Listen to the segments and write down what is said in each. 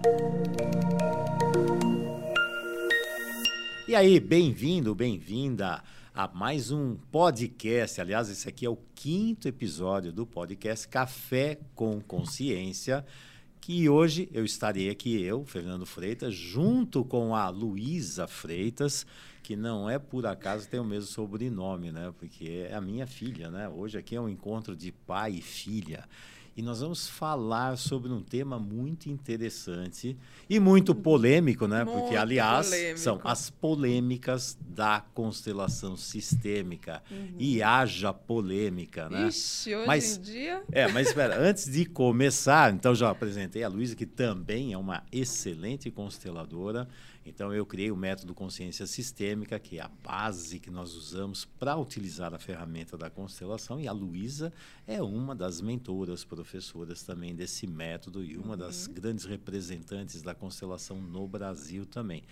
E aí, bem-vindo, bem-vinda a mais um podcast. Aliás, esse aqui é o 5º episódio do podcast Café com Consciência, que hoje eu estarei aqui, Fernando Freitas, junto com a Luísa Freitas, que não é por acaso tem o mesmo sobrenome, né? Porque é a minha filha, né? Hoje aqui é um encontro de pai e filha. E nós vamos falar sobre um tema muito interessante e muito polêmico, né? Muito porque, aliás, polêmico. São as polêmicas da constelação sistêmica. E haja polêmica, né? Ixi, hoje em dia... Mas espera, antes de começar, então já apresentei a Luísa, que também é uma excelente consteladora. Então, eu criei o método Consciência Sistêmica, que é a base que nós usamos para utilizar a ferramenta da constelação. E a Luísa é uma das mentoras, professoras também desse método e uma das grandes representantes da constelação no Brasil também.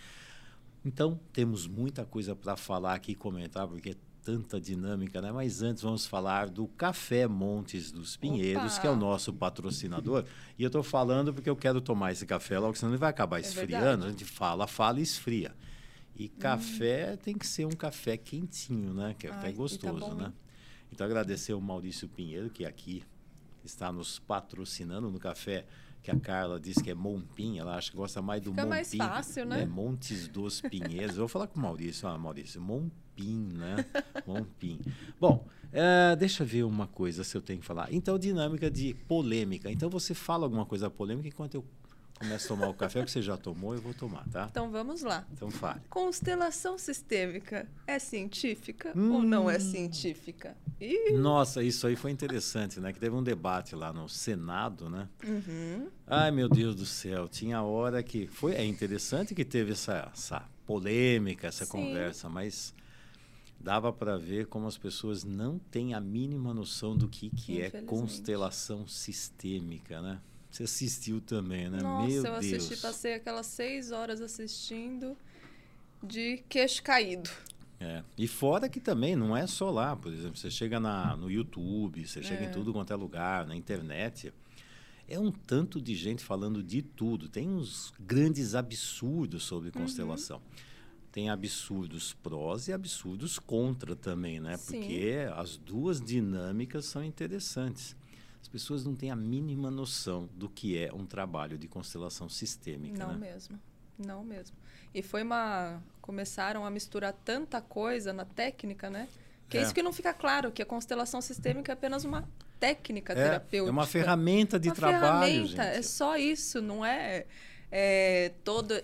Então, temos muita coisa para falar aqui e comentar, porque tanta dinâmica, né? Mas antes vamos falar do Café Montes dos Pinheiros, que é o nosso patrocinador. E eu estou falando porque eu quero tomar esse café logo, senão ele vai acabar esfriando. A gente fala e esfria. E café tem que ser um café quentinho, né? Que é até gostoso, tá, né? Então, agradecer ao Maurício Pinheiro, que aqui está nos patrocinando no café, que a Carla disse que é Mompim, ela acha que gosta mais do Mompim. Fica mais fácil, né? Montes dos Pinheiros. Eu vou falar com o Maurício. Maurício, Mompim, né? Mompim. Bom, deixa eu ver uma coisa se eu tenho que falar. Então, dinâmica de polêmica. Então, você fala alguma coisa polêmica enquanto eu começo a tomar o café, que você já tomou, eu vou tomar, tá? Então, vamos lá. Então, fale. Constelação sistêmica é científica ou não é científica? Nossa, isso aí foi interessante, né? Que teve um debate lá no Senado, né? Ai, meu Deus do céu, tinha hora que... É interessante que teve essa polêmica, essa conversa, mas dava para ver como as pessoas não têm a mínima noção do que é constelação sistêmica, né? Você assistiu também, né? Nossa, meu eu assisti, Deus. Passei aquelas 6 horas assistindo de queixo caído. E fora que também não é só lá, por exemplo, você chega no YouTube, você chega em tudo quanto é lugar, na internet, é um tanto de gente falando de tudo. Tem uns grandes absurdos sobre constelação. Tem absurdos prós e absurdos contra também, né? Sim. Porque as duas dinâmicas são interessantes. As pessoas não têm a mínima noção do que é um trabalho de constelação sistêmica, Não né? mesmo, não mesmo. E começaram a misturar tanta coisa na técnica, né? Que é isso que não fica claro, que a constelação sistêmica é apenas uma técnica terapêutica. É uma ferramenta de trabalho, gente. É só isso, não é toda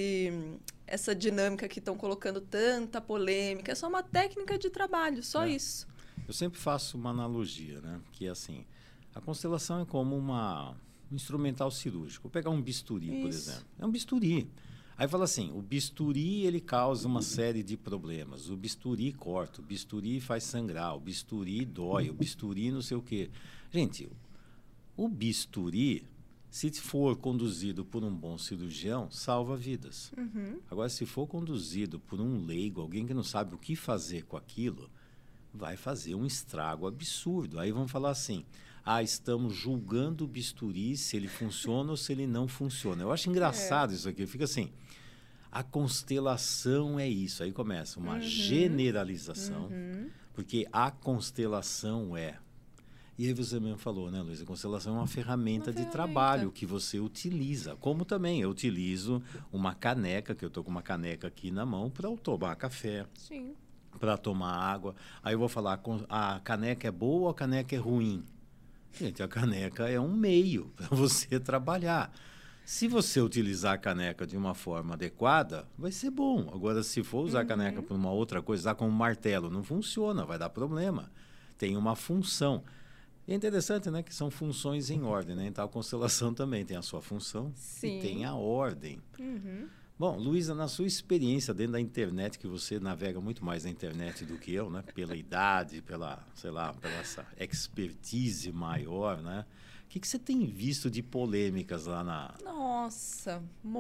essa dinâmica que estão colocando tanta polêmica. É só uma técnica de trabalho, só isso. Eu sempre faço uma analogia, né? Que é assim, a constelação é como um instrumental cirúrgico. Vou pegar um bisturi, por exemplo. É um bisturi. Aí fala assim, o bisturi ele causa uma série de problemas. O bisturi corta, o bisturi faz sangrar, o bisturi dói, o bisturi não sei o quê. Gente, o bisturi, se for conduzido por um bom cirurgião, salva vidas. Agora, se for conduzido por um leigo, alguém que não sabe o que fazer com aquilo, vai fazer um estrago absurdo. Aí vão falar assim, estamos julgando o bisturi se ele funciona ou se ele não funciona. Eu acho engraçado isso aqui. Fica assim, a constelação é isso. Aí começa uma generalização, porque a constelação é... E aí você mesmo falou, né, Luísa? A constelação é uma ferramenta de trabalho que você utiliza. Como também eu utilizo uma caneca, que eu estou com uma caneca aqui na mão, para eu tomar café. Sim. Para tomar água. Aí eu vou falar, a caneca é boa ou a caneca é ruim? Gente, a caneca é um meio para você trabalhar. Se você utilizar a caneca de uma forma adequada, vai ser bom. Agora, se for usar a caneca para uma outra coisa, usar como martelo, não funciona, vai dar problema. Tem uma função. E é interessante, né, que são funções em ordem, né? Então, a constelação também tem a sua função e tem a ordem. Bom, Luísa, na sua experiência dentro da internet, que você navega muito mais na internet do que eu, né? Pela idade, pela essa expertise maior, né? O que você tem visto de polêmicas lá na... Nossa,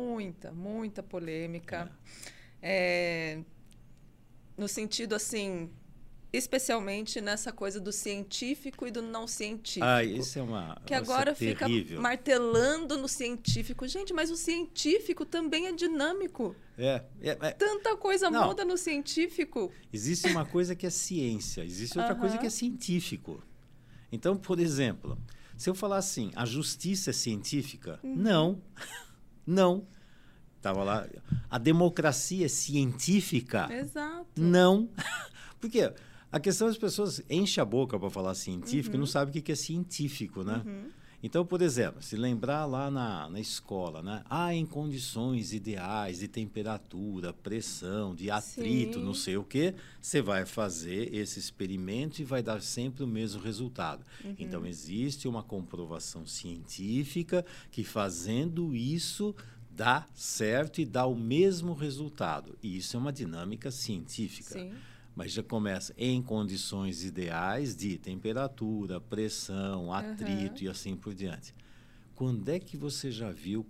muita polêmica. No sentido, assim, especialmente nessa coisa do científico e do não científico. Isso é uma que agora fica terrível. Martelando no científico. Gente, mas o científico também é dinâmico. Tanta coisa muda no científico. Existe uma coisa que é ciência, existe outra coisa que é científico. Então, por exemplo, se eu falar assim, a justiça é científica? Não. Não. Estava lá. A democracia é científica? Exato. Não. Por quê? A questão das pessoas enchem a boca para falar científico e não sabem o que é científico, né? Então, por exemplo, se lembrar lá na escola, né? Em condições ideais de temperatura, pressão, de atrito, não sei o quê, você vai fazer esse experimento e vai dar sempre o mesmo resultado. Então, existe uma comprovação científica que fazendo isso dá certo e dá o mesmo resultado. E isso é uma dinâmica científica. Sim. Mas já começa em condições ideais de temperatura, pressão, atrito e assim por diante. Quando é que você já viu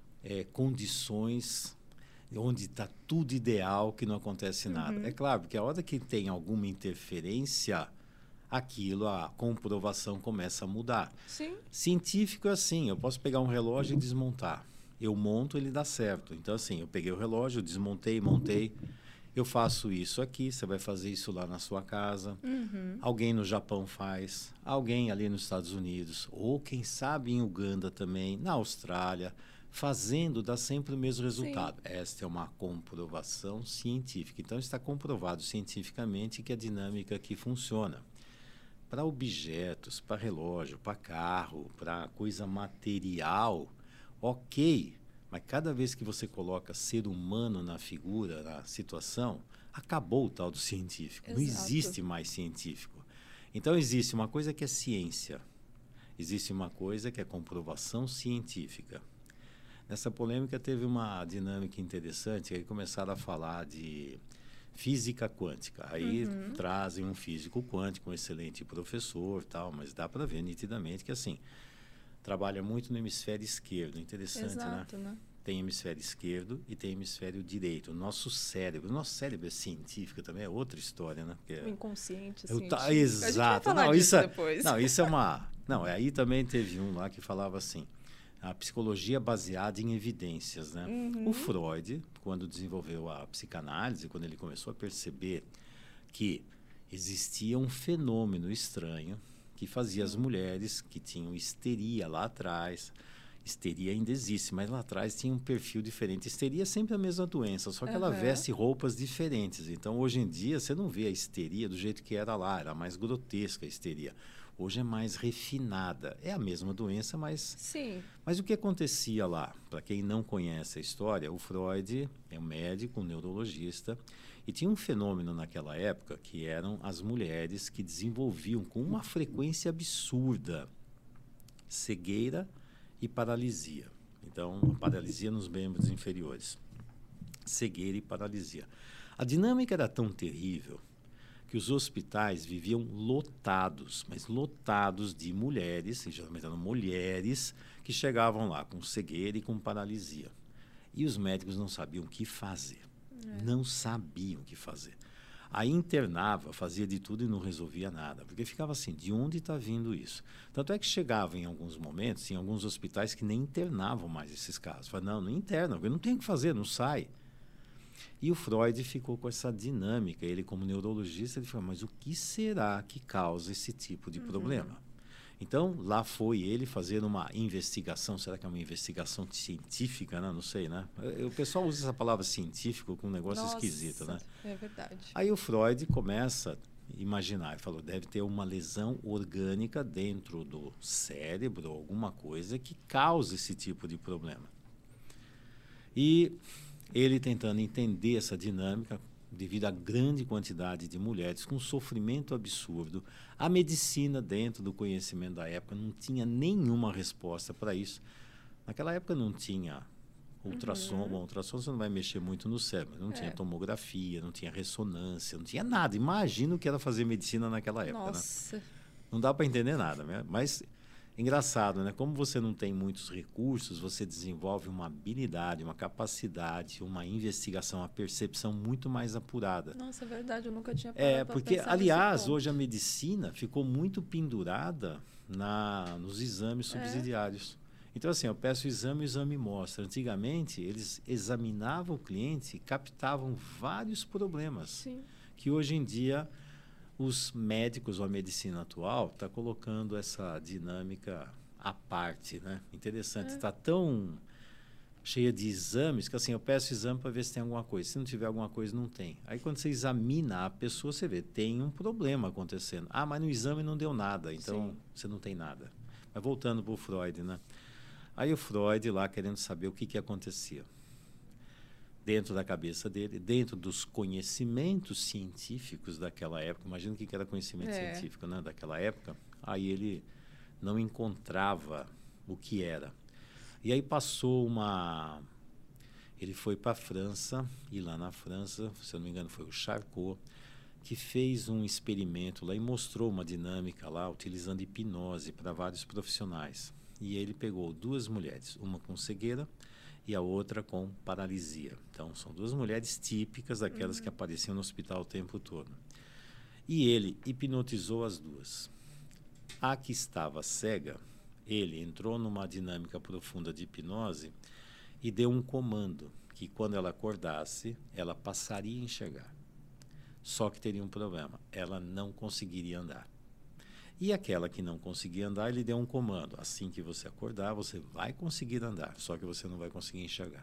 condições onde está tudo ideal, que não acontece nada? É claro, porque a hora que tem alguma interferência, a comprovação começa a mudar. Sim. Científico é assim, eu posso pegar um relógio e desmontar. Eu monto, ele dá certo. Então, assim, eu peguei o relógio, desmontei, montei. Eu faço isso aqui, você vai fazer isso lá na sua casa. Alguém no Japão faz, alguém ali nos Estados Unidos, ou quem sabe em Uganda também, na Austrália, fazendo dá sempre o mesmo resultado. Sim. Esta é uma comprovação científica. Então, está comprovado cientificamente que a dinâmica aqui funciona. Para objetos, para relógio, para carro, para coisa material, ok. Mas cada vez que você coloca ser humano na figura, na situação, acabou o tal do científico. Exato. Não existe mais científico. Então, existe uma coisa que é ciência. Existe uma coisa que é comprovação científica. Nessa polêmica teve uma dinâmica interessante, aí começaram a falar de física quântica. Aí trazem um físico quântico, um excelente professor, tal, mas dá para ver nitidamente que, assim, trabalha muito no hemisfério esquerdo. Interessante, Exato, né? Tem hemisfério esquerdo e tem hemisfério direito. O nosso cérebro é científico também, é outra história, né? Porque o inconsciente, científico. A gente Exato. vai falar disso depois. Não, isso é uma... Não, aí também teve um lá que falava assim, a psicologia baseada em evidências, né? O Freud, quando desenvolveu a psicanálise, quando ele começou a perceber que existia um fenômeno estranho que fazia as mulheres que tinham histeria lá atrás, histeria ainda existe, mas lá atrás tinha um perfil diferente. Histeria é sempre a mesma doença, só que ela veste roupas diferentes. Então, hoje em dia, você não vê a histeria do jeito que era lá, era mais grotesca a histeria. Hoje é mais refinada. É a mesma doença, mas... Sim. Mas o que acontecia lá? Para quem não conhece a história, o Freud é um médico, um neurologista, e tinha um fenômeno naquela época que eram as mulheres que desenvolviam com uma frequência absurda cegueira e paralisia. Então, paralisia nos membros inferiores. Cegueira e paralisia. A dinâmica era tão terrível que os hospitais viviam lotados, mas lotados de mulheres, e geralmente eram mulheres, que chegavam lá com cegueira e com paralisia. E os médicos não sabiam o que fazer. Não sabiam o que fazer. Aí internava, fazia de tudo e não resolvia nada, porque ficava assim, de onde está vindo isso? Tanto é que chegava em alguns momentos, em alguns hospitais que nem internavam mais esses casos. Falavam, não interna, porque não tem o que fazer, não sai. E o Freud ficou com essa dinâmica. Ele, como neurologista, ele falou, mas o que será que causa esse tipo de problema? Então, lá foi ele fazer uma investigação. Será que é uma investigação científica, né? Não sei, né? O pessoal usa essa palavra científico com um negócio esquisito, né? É verdade. Aí o Freud começa a imaginar, ele falou, deve ter uma lesão orgânica dentro do cérebro, alguma coisa que cause esse tipo de problema. E ele tentando entender essa dinâmica, devido à grande quantidade de mulheres com sofrimento absurdo, a medicina, dentro do conhecimento da época, não tinha nenhuma resposta para isso. Naquela época não tinha ultrassom. Bom, ultrassom você não vai mexer muito no cérebro. Não tinha tomografia, não tinha ressonância, não tinha nada. Imagina o que era fazer medicina naquela época. Nossa. Né? Não dá para entender nada, né? Mas Engraçado, né? Como você não tem muitos recursos, você desenvolve uma habilidade, uma capacidade, uma investigação, uma percepção muito mais apurada. Nossa, é verdade, eu nunca tinha parado para Porque, pensar aliás, nesse ponto. hoje a medicina ficou muito pendurada nos exames subsidiários. Então, assim, eu peço o exame mostra. Antigamente, eles examinavam o cliente e captavam vários problemas. Sim. Que hoje em dia os médicos ou a medicina atual está colocando essa dinâmica à parte, né? Interessante. Está tão cheia de exames que, assim, eu peço exame para ver se tem alguma coisa. Se não tiver alguma coisa, não tem. Aí, quando você examina a pessoa, você vê, tem um problema acontecendo. Ah, mas no exame não deu nada, então você não tem nada. Mas voltando para o Freud, né? Aí o Freud lá querendo saber o que acontecia dentro da cabeça dele, dentro dos conhecimentos científicos daquela época. Imagina o que era conhecimento científico, né, daquela época. Aí ele não encontrava o que era. E aí ele foi para a França, e lá na França, se eu não me engano, foi o Charcot, que fez um experimento lá e mostrou uma dinâmica lá, utilizando hipnose para vários profissionais. E ele pegou 2 mulheres, uma com cegueira e a outra com paralisia. Então, são 2 mulheres típicas, daquelas que apareciam no hospital o tempo todo. E ele hipnotizou as 2. A que estava cega, ele entrou numa dinâmica profunda de hipnose e deu um comando, que quando ela acordasse, ela passaria a enxergar. Só que teria um problema, ela não conseguiria andar. E aquela que não conseguia andar, ele deu um comando. Assim que você acordar, você vai conseguir andar, só que você não vai conseguir enxergar.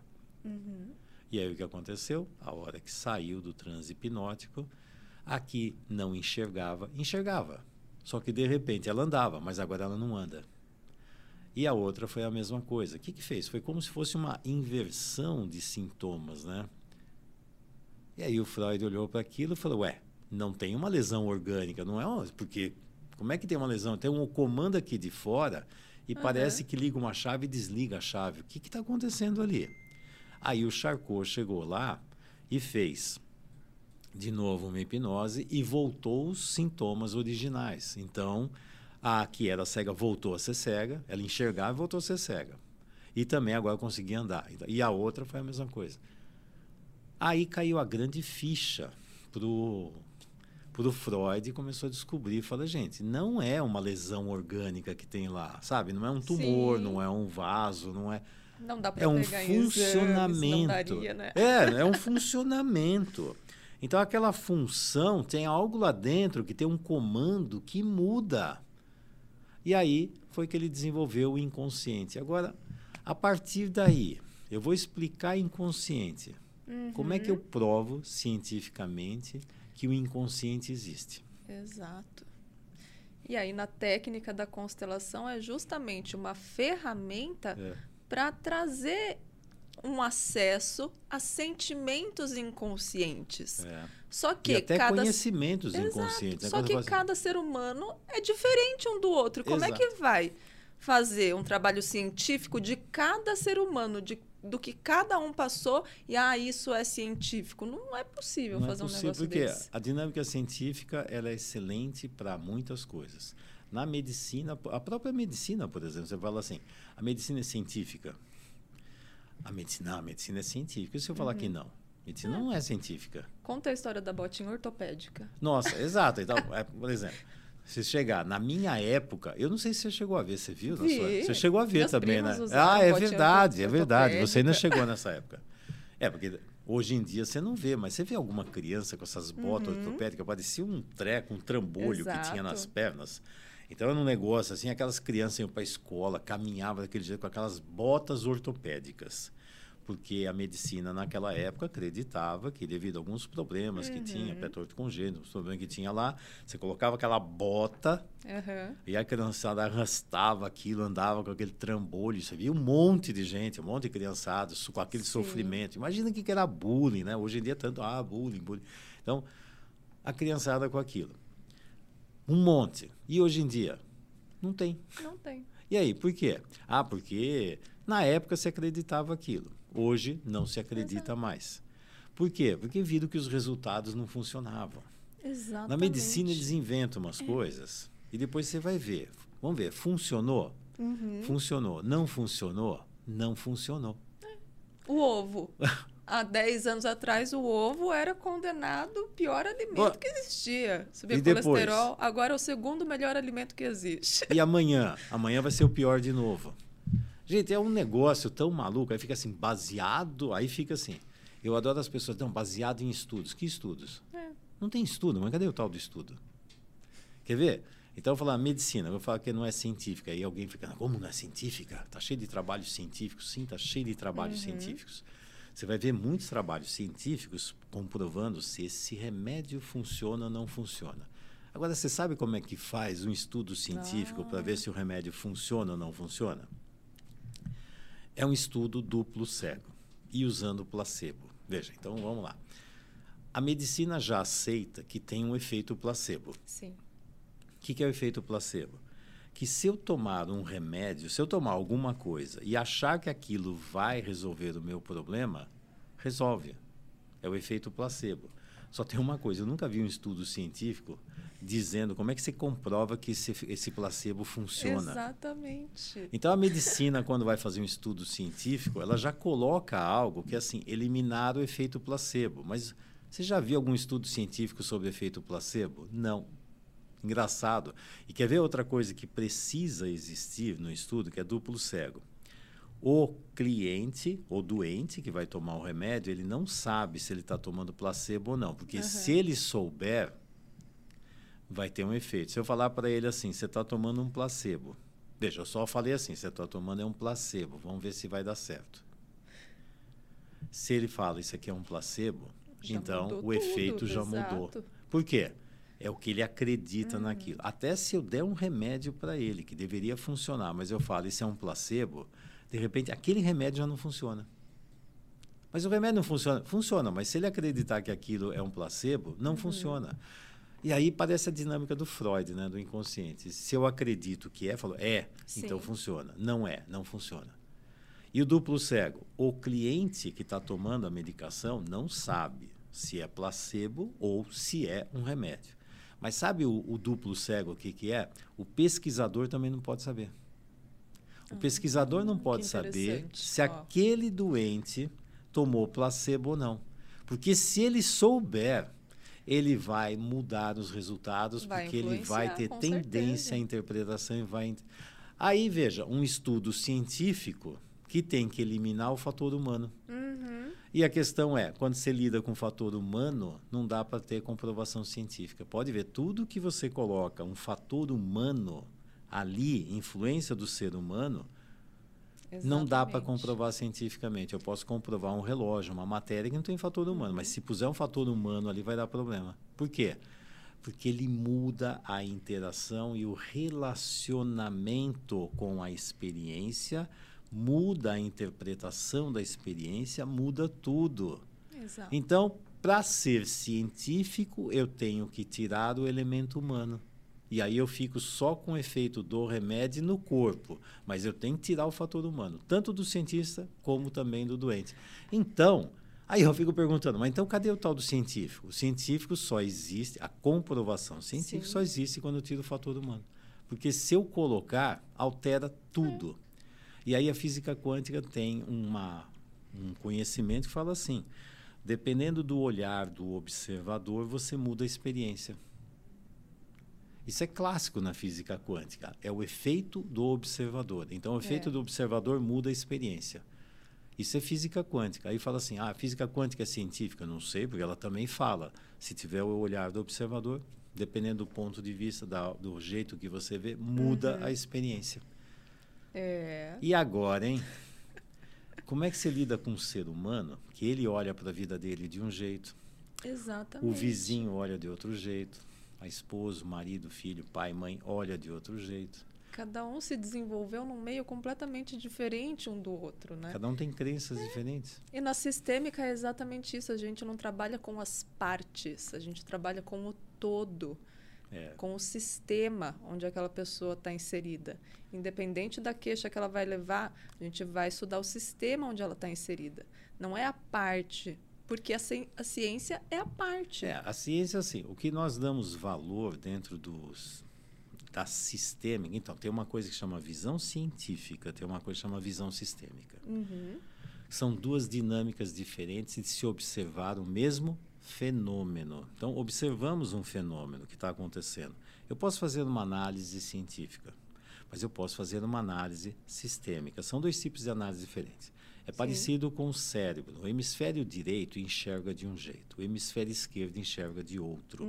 E aí o que aconteceu? A hora que saiu do transe hipnótico, a que não enxergava, enxergava. Só que de repente ela andava, mas agora ela não anda. E a outra foi a mesma coisa. O que fez? Foi como se fosse uma inversão de sintomas, né? E aí o Freud olhou para aquilo e falou, não tem uma lesão orgânica, não é? Porque como é que tem uma lesão? Tem um comando aqui de fora e parece que liga uma chave e desliga a chave. O que está acontecendo ali? Aí o Charcot chegou lá e fez de novo uma hipnose e voltou os sintomas originais. Então, a que era cega voltou a ser cega, ela enxergava e voltou a ser cega. E também agora conseguia andar. E a outra foi a mesma coisa. Aí caiu a grande ficha pro Freud, começou a descobrir, fala, gente, não é uma lesão orgânica que tem lá, sabe? Não é um tumor, não é um vaso, não é... Não dá para é um pegar funcionamento. exames, não daria, né? É um funcionamento. Então, aquela função tem algo lá dentro que tem um comando que muda. E aí foi que ele desenvolveu o inconsciente. Agora, a partir daí, eu vou explicar inconsciente. Como é que eu provo cientificamente que o inconsciente existe? Exato. E aí, na técnica da constelação, é justamente uma ferramenta para trazer um acesso a sentimentos inconscientes. Só que e até conhecimentos inconscientes. Só que cada ser humano é diferente um do outro. Como é que vai fazer um trabalho científico de cada ser humano, do que cada um passou, e isso é científico? Não é possível fazer um negócio desse. Porque a dinâmica científica ela é excelente para muitas coisas. Na medicina, a própria medicina, por exemplo, você fala assim, a medicina é científica. A medicina é científica. E se eu falar que não? Medicina não é científica. Conta a história da botinha ortopédica. Nossa, exato. Então, por exemplo, se chegar na minha época, eu não sei se você chegou a ver, você viu? Você chegou a ver Meus também, né? É verdade. Você ainda chegou nessa época. Porque hoje em dia você não vê, mas você vê alguma criança com essas botas ortopédicas, parecia um treco, um trambolho que tinha nas pernas. Então era um negócio assim, aquelas crianças iam para a escola, caminhavam daquele jeito com aquelas botas ortopédicas. Porque a medicina naquela época acreditava que devido a alguns problemas que tinha, pé torto congênito, os problemas que tinha lá, você colocava aquela bota e a criançada arrastava aquilo, andava com aquele trambolho. Você via um monte de gente, um monte de criançada com aquele sofrimento. Imagina o que era bullying, né? Hoje em dia tanto, bullying. Então, a criançada com aquilo. Um monte. E hoje em dia? Não tem. Não tem. E aí, por quê? Porque na época se acreditava aquilo. Hoje não se acredita mais. Por quê? Porque viram que os resultados não funcionavam. Exatamente. Na medicina eles inventam umas coisas e depois você vai ver. Vamos ver, funcionou? Funcionou. Não funcionou? Não funcionou. O ovo. Há 10 anos atrás, o ovo era condenado o pior alimento que existia. Subia colesterol, agora é o segundo melhor alimento que existe. E amanhã? Amanhã vai ser o pior de novo. Gente, é um negócio tão maluco. Aí fica assim, baseado... Aí fica assim... Eu adoro as pessoas... Não, baseado em estudos. Que estudos? Não tem estudo, mas cadê o tal do estudo? Quer ver? Então, eu vou falar medicina. Eu vou falar que não é científica. Aí alguém fica... Como não é científica? Está cheio de trabalhos científicos. Sim, está cheio de trabalhos científicos. Você vai ver muitos trabalhos científicos comprovando se esse remédio funciona ou não funciona. Agora, você sabe como é que faz um estudo científico para ver se o remédio funciona ou não funciona? É um estudo duplo cego e usando placebo. Veja, então vamos lá. A medicina já aceita que tem um efeito placebo. Sim. O que é o efeito placebo? Que se eu tomar um remédio, se eu tomar alguma coisa e achar que aquilo vai resolver o meu problema, resolve. É o efeito placebo. Só tem uma coisa, eu nunca vi um estudo científico dizendo como é que você comprova que esse placebo funciona. Exatamente. Então, a medicina, quando vai fazer um estudo científico, ela já coloca algo que é assim, eliminar o efeito placebo. Mas você já viu algum estudo científico sobre efeito placebo? Não. Engraçado. E quer ver outra coisa que precisa existir no estudo, que é duplo cego? O cliente, ou doente, que vai tomar o remédio, ele não sabe se ele está tomando placebo ou não. Porque se ele souber, vai ter um efeito. Se eu falar para ele assim, você está tomando um placebo. Veja, eu só falei assim, você está tomando um placebo. Vamos ver se vai dar certo. Se ele fala, isso aqui é um placebo, já então o efeito já mudou. Por quê? É o que ele acredita naquilo. Até se eu der um remédio para ele, que deveria funcionar, mas eu falo, isso é um placebo, de repente, aquele remédio já não funciona. Mas o remédio não funciona. Funciona, mas se ele acreditar que aquilo é um placebo, não funciona. E aí parece a dinâmica do Freud, né, do inconsciente. Se eu acredito que é, falo, então funciona. Não é, não funciona. E o duplo cego? O cliente que está tomando a medicação não sabe se é placebo ou se é um remédio. Mas sabe o duplo cego o que é? O pesquisador também não pode saber. O pesquisador não pode saber se aquele doente tomou placebo ou não. Porque se ele souber, ele vai mudar os resultados, porque ele vai ter tendência à interpretação e vai... Aí, veja, um estudo científico que tem que eliminar o fator humano. E a questão é, quando você lida com o fator humano, não dá para ter comprovação científica. Pode ver, tudo que você coloca um fator humano ali, influência do ser humano, não dá para comprovar cientificamente. Eu posso comprovar um relógio, uma matéria que não tem fator humano, mas se puser um fator humano ali vai dar problema. Por quê? Porque ele muda a interação e o relacionamento com a experiência, muda a interpretação da experiência, muda tudo. Exato. Então, para ser científico, eu tenho que tirar o elemento humano. E aí eu fico só com o efeito do remédio no corpo. Mas eu tenho que tirar o fator humano, tanto do cientista como também do doente. Então, aí eu fico perguntando, mas então cadê o tal do científico? O científico só existe, a comprovação científica só existe quando eu tiro o fator humano. Porque se eu colocar, altera tudo. E aí a física quântica tem um conhecimento que fala assim, dependendo do olhar do observador, você muda a experiência. Isso é clássico na física quântica, é o efeito do observador. Então, o efeito do observador muda a experiência. Isso é física quântica. Aí fala assim, a física quântica é científica? Não sei, porque ela também fala. Se tiver o olhar do observador, dependendo do ponto de vista, do jeito que você vê, muda a experiência. E agora, hein? Como é que você lida com um ser humano que ele olha para a vida dele de um jeito, exatamente, o vizinho olha de outro jeito, a esposa, o marido, o filho, pai, mãe olha de outro jeito. Cada um se desenvolveu num meio completamente diferente um do outro, né? Cada um tem crenças diferentes. E na sistêmica é exatamente isso. A gente não trabalha com as partes, a gente trabalha com o todo. Com o sistema onde aquela pessoa está inserida. Independente da queixa que ela vai levar, a gente vai estudar o sistema onde ela está inserida. Não é a parte, porque a ciência é a parte. A ciência, assim, o que nós damos valor dentro da sistêmica. Então, tem uma coisa que chama visão científica, tem uma coisa que chama visão sistêmica. São duas dinâmicas diferentes de se observar o mesmo fenômeno. Então, observamos um fenômeno que está acontecendo. Eu posso fazer uma análise científica, mas eu posso fazer uma análise sistêmica. São dois tipos de análise diferentes. É parecido com o cérebro. O hemisfério direito enxerga de um jeito, o hemisfério esquerdo enxerga de outro.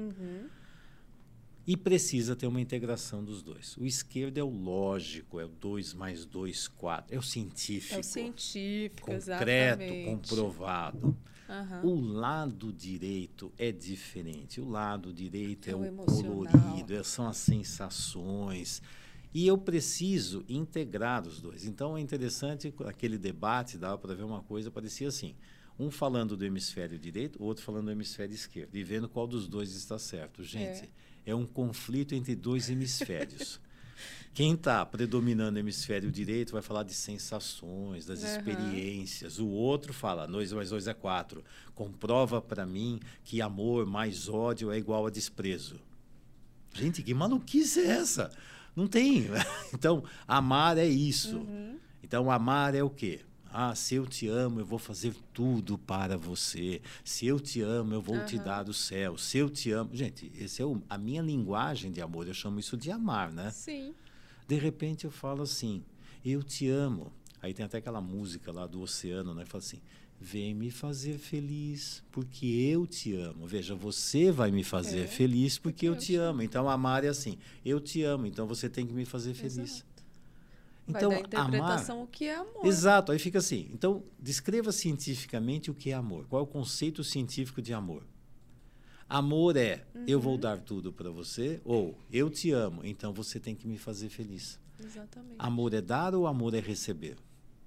E precisa ter uma integração dos dois. O esquerdo é o lógico, é o 2 mais 2, 4. É o científico. É o científico, concreto, exatamente. comprovado. O lado direito é diferente. O lado direito é o colorido, são as sensações. E eu preciso integrar os dois. Então, é interessante, aquele debate, dava para ver uma coisa, parecia assim. Um falando do hemisfério direito, o outro falando do hemisfério esquerdo. E vendo qual dos dois está certo. Gente, é um conflito entre dois hemisférios. Quem está predominando no hemisfério direito vai falar de sensações, das experiências. O outro fala, 2 mais 2 é 4. Comprova para mim que amor mais ódio é igual a desprezo. Gente, que maluquice é essa? Não tem. Então, amar é isso. Então, amar é o quê? Ah, se eu te amo, eu vou fazer tudo para você. Se eu te amo, eu vou te dar o céu. Se eu te amo... Gente, esse é a minha linguagem de amor. Eu chamo isso de amar, né? Sim. De repente, eu falo assim, eu te amo. Aí tem até aquela música lá do Oceano, né? Fala assim, vem me fazer feliz, porque eu te amo. Veja, você vai me fazer feliz porque eu te amo. Então, amar é assim, eu te amo, então você tem que me fazer feliz. Exato. Então, vai dar interpretação amar... o que é amor. Exato, aí fica assim. Então, descreva cientificamente o que é amor. Qual é o conceito científico de amor? Amor é, eu vou dar tudo para você, ou eu te amo, então você tem que me fazer feliz. Exatamente. Amor é dar ou amor é receber?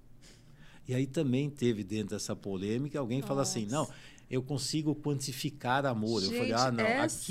E aí também teve dentro dessa polêmica, alguém fala assim, não, eu consigo quantificar amor. Gente, eu falei, ah, não,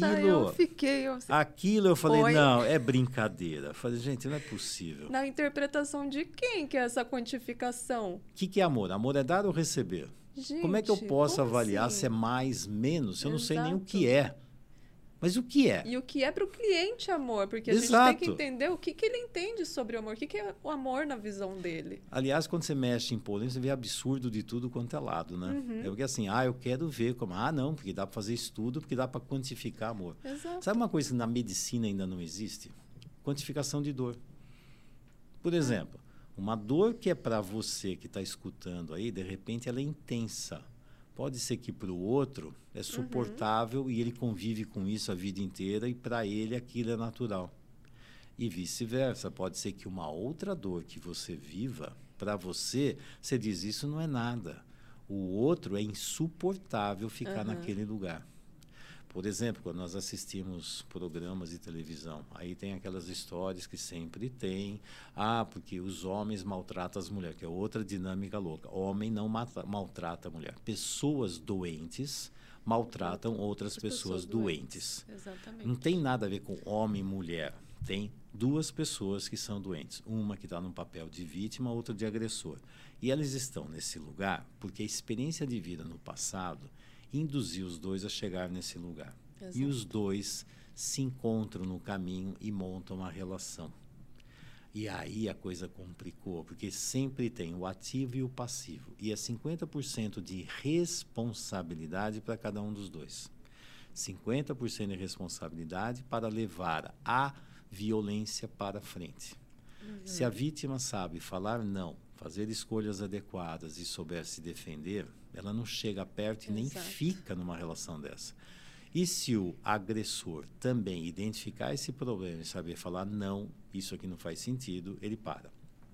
aquilo eu falei, não, é brincadeira. Eu falei, gente, não é possível. Na interpretação de quem que é essa quantificação? O que é amor? Amor é dar ou receber? Gente, como é que eu posso avaliar assim? se é mais, menos, se eu não sei nem o que é? Mas o que é? E o que é para o cliente amor? Porque a gente tem que entender o que ele entende sobre o amor. O que é o amor na visão dele. Aliás, quando você mexe em polêmica, você vê absurdo de tudo quanto é lado, né? É porque assim, eu quero ver como... não, porque dá para fazer estudo, porque dá para quantificar amor. Exato. Sabe uma coisa que na medicina ainda não existe? Quantificação de dor. Por exemplo, uma dor que é para você que está escutando aí, de repente ela é intensa. Pode ser que para o outro é suportável e ele convive com isso a vida inteira e para ele aquilo é natural. E vice-versa. Pode ser que uma outra dor que você viva, para você, você diz, isso não é nada. O outro é insuportável ficar naquele lugar. Por exemplo, quando nós assistimos programas de televisão, aí tem aquelas histórias que sempre tem, porque os homens maltratam as mulheres, que é outra dinâmica louca. Homem não maltrata a mulher. Pessoas doentes maltratam outras pessoas doentes. Exatamente. Não tem nada a ver com homem e mulher. Tem duas pessoas que são doentes. Uma que está num papel de vítima, outra de agressor. E elas estão nesse lugar porque a experiência de vida no passado induziu os dois a chegar nesse lugar. Exato. E os dois se encontram no caminho e montam uma relação. E aí a coisa complicou, porque sempre tem o ativo e o passivo. E é 50% de responsabilidade para cada um dos dois. 50% de responsabilidade para levar a violência para frente. Se a vítima sabe falar não, fazer escolhas adequadas e souber se defender, ela não chega perto e nem fica numa relação dessa. E se o agressor também identificar esse problema e saber falar não, isso aqui não faz sentido, ele para.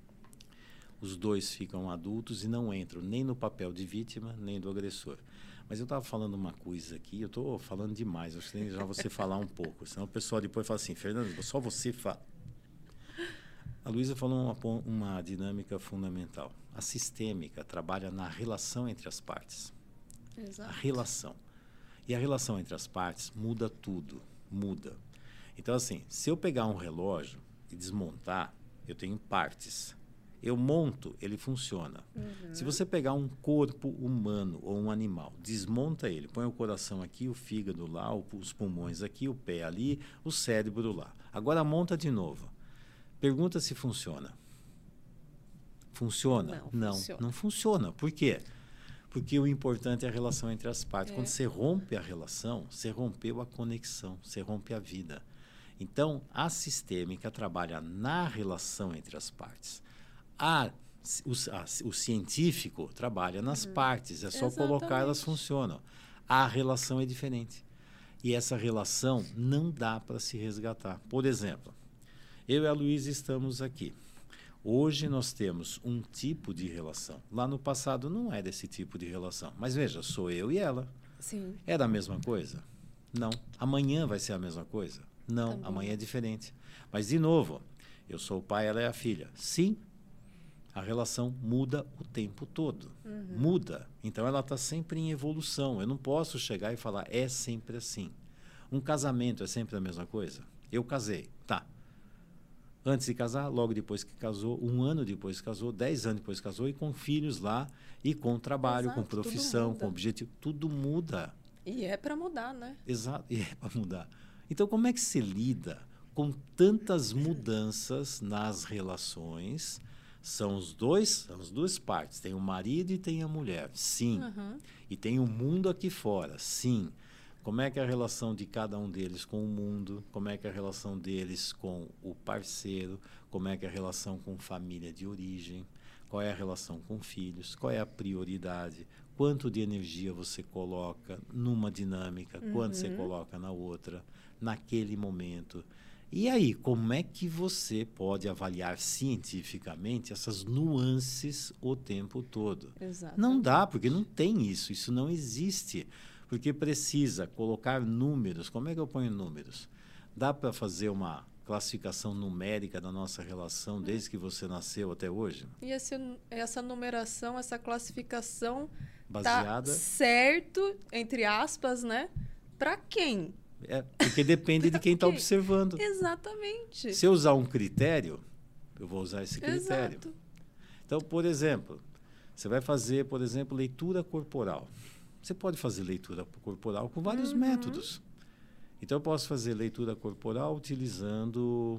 Os dois ficam adultos e não entram nem no papel de vítima, nem do agressor. Mas eu estava falando uma coisa aqui, eu estou falando demais, acho que já você falar um pouco, senão o pessoal depois fala assim, Fernando, só você fala. A Luísa falou uma dinâmica fundamental. A sistêmica trabalha na relação entre as partes. Exato. A relação. E a relação entre as partes muda tudo, muda. Então, assim, se eu pegar um relógio e desmontar, eu tenho partes. Eu monto, ele funciona. Se você pegar um corpo humano ou um animal, desmonta ele, põe o coração aqui, o fígado lá, os pulmões aqui, o pé ali, o cérebro lá. Agora monta de novo. Pergunta se funciona. Funciona? Não funciona. Por quê? Porque o importante é a relação entre as partes. Quando você rompe a relação, você rompeu a conexão, você rompe a vida. Então, a sistêmica trabalha na relação entre as partes. O científico trabalha nas partes, é só colocar, elas funcionam. A relação é diferente. E essa relação não dá para se resgatar. Por exemplo, eu e a Luísa estamos aqui. Hoje nós temos um tipo de relação. Lá no passado não era esse tipo de relação. Mas veja, sou eu e ela. Sim. Era a mesma coisa? Não. Amanhã vai ser a mesma coisa? Não. Também. Amanhã é diferente. Mas, de novo, eu sou o pai, ela é a filha. Sim, a relação muda o tempo todo. Muda. Então, ela está sempre em evolução. Eu não posso chegar e falar, é sempre assim. Um casamento é sempre a mesma coisa? Eu casei. Tá. Antes de casar, logo depois que casou, 1 ano depois que casou, 10 anos depois que casou, e com filhos lá, e com trabalho, com profissão, com objetivo, tudo muda. E é para mudar, né? Exato, e é para mudar. Então, como é que se lida com tantas mudanças nas relações? São as duas partes, tem o marido e tem a mulher, sim. E tem o mundo aqui fora, sim. Como é que é a relação de cada um deles com o mundo? Como é que é a relação deles com o parceiro? Como é que é a relação com família de origem? Qual é a relação com filhos? Qual é a prioridade? Quanto de energia você coloca numa dinâmica? Quanto você coloca na outra? Naquele momento? E aí, como é que você pode avaliar cientificamente essas nuances o tempo todo? Exato. Não dá, porque não tem isso. Isso não existe. Porque precisa colocar números. Como é que eu ponho números? Dá para fazer uma classificação numérica da nossa relação desde que você nasceu até hoje? E essa numeração, essa classificação baseada, tá certo, entre aspas, né? Para quem? Porque depende de quem está observando. Exatamente. Se eu usar um critério, eu vou usar esse critério. Exato. Então, por exemplo, você vai fazer, por exemplo, leitura corporal. Você pode fazer leitura corporal com vários métodos. Então, eu posso fazer leitura corporal utilizando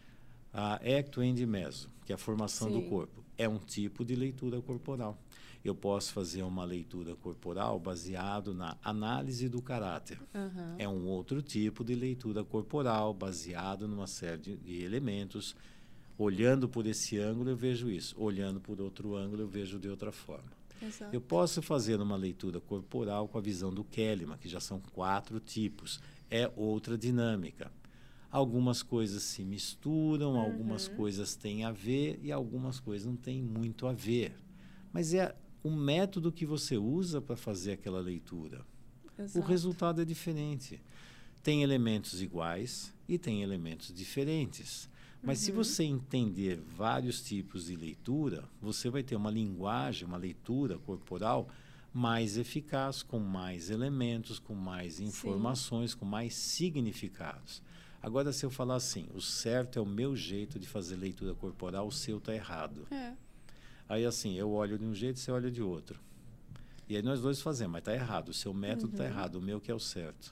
a ecto, endo e meso, que é a formação do corpo. É um tipo de leitura corporal. Eu posso fazer uma leitura corporal baseado na análise do caráter. É um outro tipo de leitura corporal baseado numa série de elementos. Olhando por esse ângulo, eu vejo isso. Olhando por outro ângulo, eu vejo de outra forma. Exato. Eu posso fazer uma leitura corporal com a visão do Kellyman, que já são 4 tipos. É outra dinâmica. Algumas coisas se misturam, algumas coisas têm a ver e algumas coisas não têm muito a ver. Mas é o método que você usa para fazer aquela leitura. Exato. O resultado é diferente. Tem elementos iguais e tem elementos diferentes. Mas se você entender vários tipos de leitura, você vai ter uma linguagem, uma leitura corporal mais eficaz, com mais elementos, com mais informações, com mais significados. Agora, se eu falar assim, o certo é o meu jeito de fazer leitura corporal, o seu está errado. Aí, assim, eu olho de um jeito, você olha de outro. E aí nós dois fazemos, mas está errado. O seu método está errado, o meu que é o certo.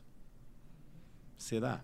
Será?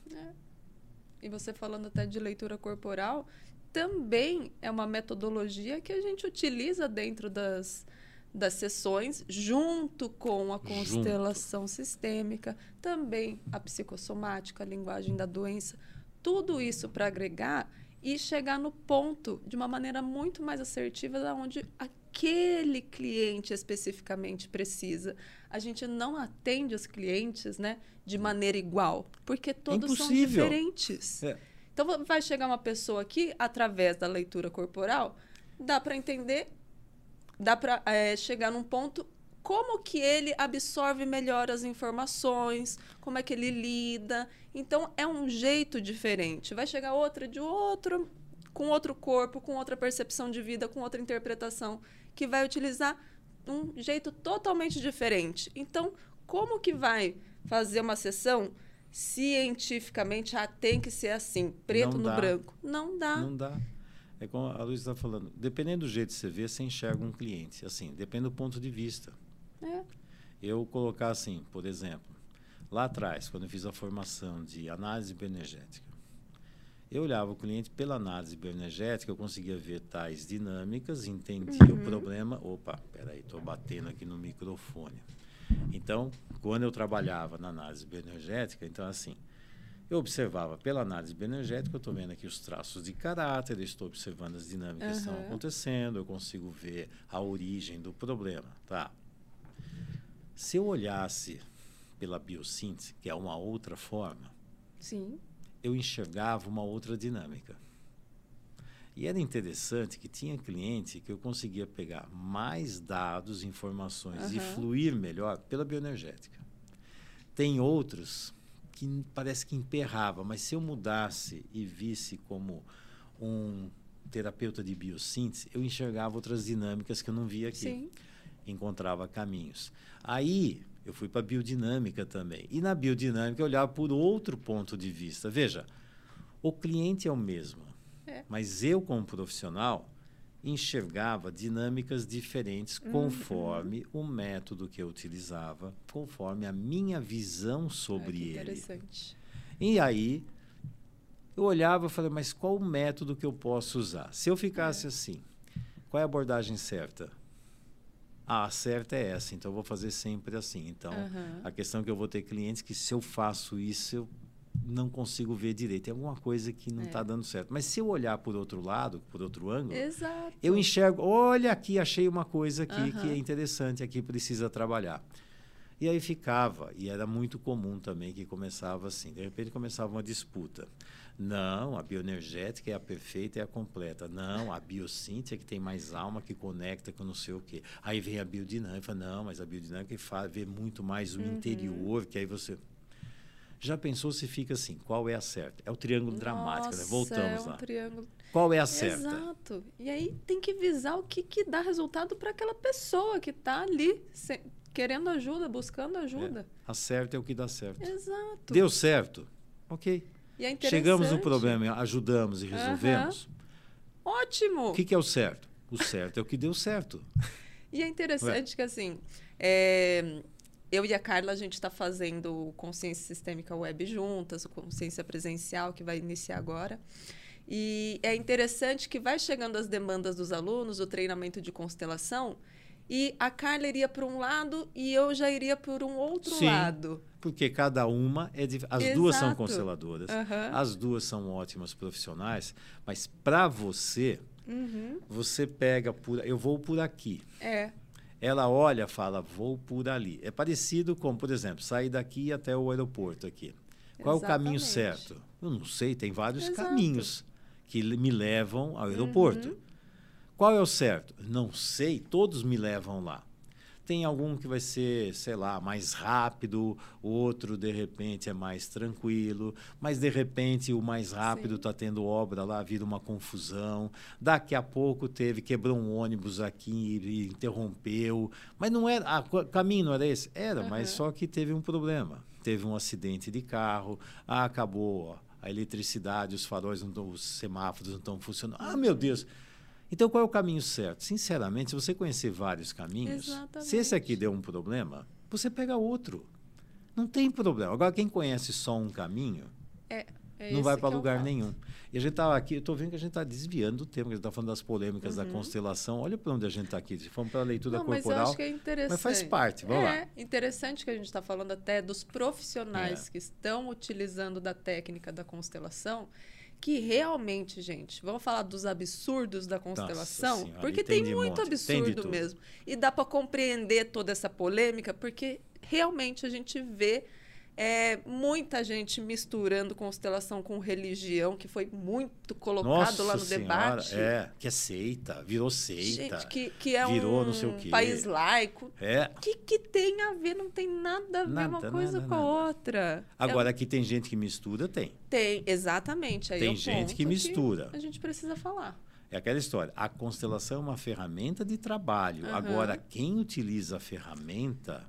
E você falando até de leitura corporal, também é uma metodologia que a gente utiliza dentro das sessões, junto com a constelação sistêmica, também a psicossomática, a linguagem da doença, tudo isso para agregar e chegar no ponto de uma maneira muito mais assertiva da onde aquele cliente especificamente precisa. A gente não atende os clientes, né, de maneira igual, porque todos são diferentes. Então, vai chegar uma pessoa aqui, através da leitura corporal, dá para entender, dá para chegar num ponto como que ele absorve melhor as informações, como é que ele lida. Então, é um jeito diferente. Vai chegar outra de outro, com outro corpo, com outra percepção de vida, com outra interpretação, que vai utilizar um jeito totalmente diferente. Então, como que vai fazer uma sessão cientificamente? Tem que ser assim, preto no branco. Não dá. Não dá. É como a Luísa está falando. Dependendo do jeito que você vê, você enxerga um cliente. Assim, depende do ponto de vista. Eu colocar assim, por exemplo, lá atrás, quando eu fiz a formação de análise bioenergética, Eu olhava o cliente pela análise bioenergética, eu conseguia ver tais dinâmicas, entendia o problema. Opa, peraí, estou batendo aqui no microfone. Então, quando eu trabalhava na análise bioenergética, então assim, eu observava pela análise bioenergética, eu estou vendo aqui os traços de caráter, eu estou observando as dinâmicas que estão acontecendo, eu consigo ver a origem do problema. Tá? Se eu olhasse pela biossíntese, que é uma outra forma, sim, eu enxergava uma outra dinâmica. E era interessante que tinha cliente que eu conseguia pegar mais dados, informações e fluir melhor pela bioenergética. Tem outros que parece que emperrava, mas se eu mudasse e visse como um terapeuta de biossíntese, eu enxergava outras dinâmicas que eu não via aqui. Sim. Encontrava caminhos. Aí eu fui para a biodinâmica também. E na biodinâmica eu olhava por outro ponto de vista. Veja, o cliente é o mesmo. Mas eu, como profissional, enxergava dinâmicas diferentes conforme o método que eu utilizava, conforme a minha visão sobre ele. Interessante. E aí, eu olhava e falei, mas qual o método que eu posso usar? Se eu ficasse assim, qual é a abordagem certa? Ah, a certa é essa, então eu vou fazer sempre assim. Então, a questão é que eu vou ter clientes que se eu faço isso, eu não consigo ver direito. Tem alguma coisa que não está dando certo. Mas se eu olhar por outro lado, por outro ângulo, eu enxergo, olha aqui, achei uma coisa aqui que é interessante, aqui precisa trabalhar. E aí ficava, e era muito comum também que começava assim, de repente começava uma disputa. Não, a bioenergética é a perfeita e a completa. Não, a biossíntese é que tem mais alma, que conecta com não sei o quê. Aí vem a biodinâmica, não, mas a biodinâmica vê muito mais o interior, que aí você... Já pensou se fica assim? Qual é a certa? É o triângulo dramático, né? Voltamos lá. Triângulo. Qual é a certa? Exato. E aí tem que visar o que dá resultado para aquela pessoa que está ali querendo ajuda, buscando ajuda. A certa é o que dá certo. Exato. Deu certo? Ok. E é interessante. Chegamos no problema, ajudamos e resolvemos. Ótimo. O que é o certo? O certo é o que deu certo. E é interessante que assim... eu e a Carla, a gente está fazendo Consciência Sistêmica Web juntas, o Consciência Presencial, que vai iniciar agora. E é interessante que vai chegando as demandas dos alunos, o treinamento de constelação, e a Carla iria para um lado e eu já iria por um outro lado. Porque cada uma é as duas são consteladoras, as duas são ótimas profissionais, mas para você, você pega eu vou por aqui. Ela olha e fala, vou por ali. É parecido com, por exemplo, sair daqui até o aeroporto aqui. Qual é o caminho certo? Eu não sei, tem vários caminhos que me levam ao aeroporto. Qual é o certo? Não sei, todos me levam lá. Tem algum que vai ser, sei lá, mais rápido, outro, de repente, é mais tranquilo, mas, de repente, o mais rápido está tendo obra lá, vira uma confusão. Daqui a pouco quebrou um ônibus aqui e interrompeu. Mas não era, o caminho não era esse? Era, mas só que teve um problema. Teve um acidente de carro, acabou a eletricidade, os faróis, os semáforos não estão funcionando. Ah, meu Deus! Então, qual é o caminho certo? Sinceramente, se você conhecer vários caminhos, se esse aqui deu um problema, você pega outro. Não tem problema. Agora, quem conhece só um caminho, não vai para lugar nenhum. E a gente estava aqui, eu estou vendo que a gente está desviando do tema, que a gente está falando das polêmicas da constelação. Olha para onde a gente está aqui. Se formos para a leitura corporal, mas eu acho que é interessante. Mas faz parte, vamos lá. É interessante que a gente está falando até dos profissionais que estão utilizando da técnica da constelação, que realmente, gente, vamos falar dos absurdos da constelação, senhora, porque tem muito absurdo mesmo. E dá para compreender toda essa polêmica, porque realmente a gente vê muita gente misturando constelação com religião, que foi muito colocado lá no debate. Que é seita, virou seita. Gente, que é virou não sei o quê. País laico. Que tem a ver, não tem nada a ver uma coisa com a outra. Agora, aqui tem gente que mistura, tem. Tem, exatamente. Aí tem gente que mistura. A gente precisa falar. É aquela história. A constelação é uma ferramenta de trabalho. Agora, quem utiliza a ferramenta...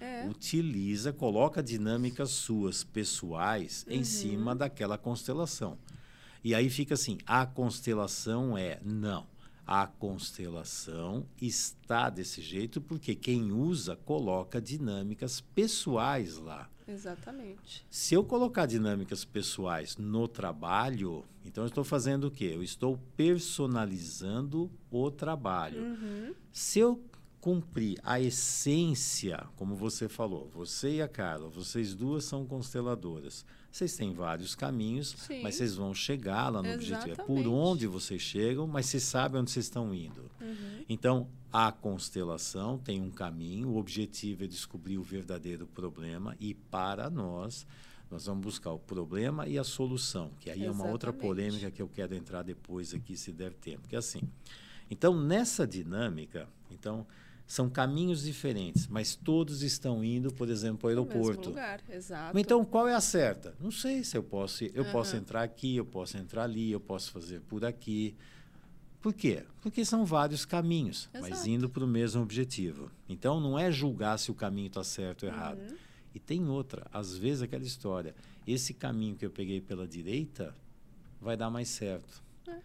coloca dinâmicas suas, pessoais, em cima daquela constelação. E aí fica assim, a constelação não. A constelação está desse jeito porque quem usa coloca dinâmicas pessoais lá. Exatamente. Se eu colocar dinâmicas pessoais no trabalho, então eu estou fazendo o quê? Eu estou personalizando o trabalho. Se eu cumprir a essência, como você falou, você e a Carla, vocês duas são consteladoras. Vocês têm vários caminhos, Sim. mas vocês vão chegar lá no objetivo. É por Exatamente. onde vocês chegam, mas vocês sabem onde vocês estão indo. Então, a constelação tem um caminho, o objetivo é descobrir o verdadeiro problema e para nós vamos buscar o problema e a solução, que aí é uma outra Exatamente. polêmica que eu quero entrar depois aqui, se der tempo. Porque assim, então nessa dinâmica, então são caminhos diferentes, mas todos estão indo, por exemplo, para o No mesmo aeroporto. lugar, exato. Mas então, qual é a certa? Não sei se eu posso entrar aqui, eu posso entrar ali, eu posso fazer por aqui. Por quê? Porque são vários caminhos, mas Exato. indo para o mesmo objetivo. Então, não é julgar se o caminho está certo ou errado. E tem outra, às vezes aquela história, esse caminho que eu peguei pela direita vai dar mais certo.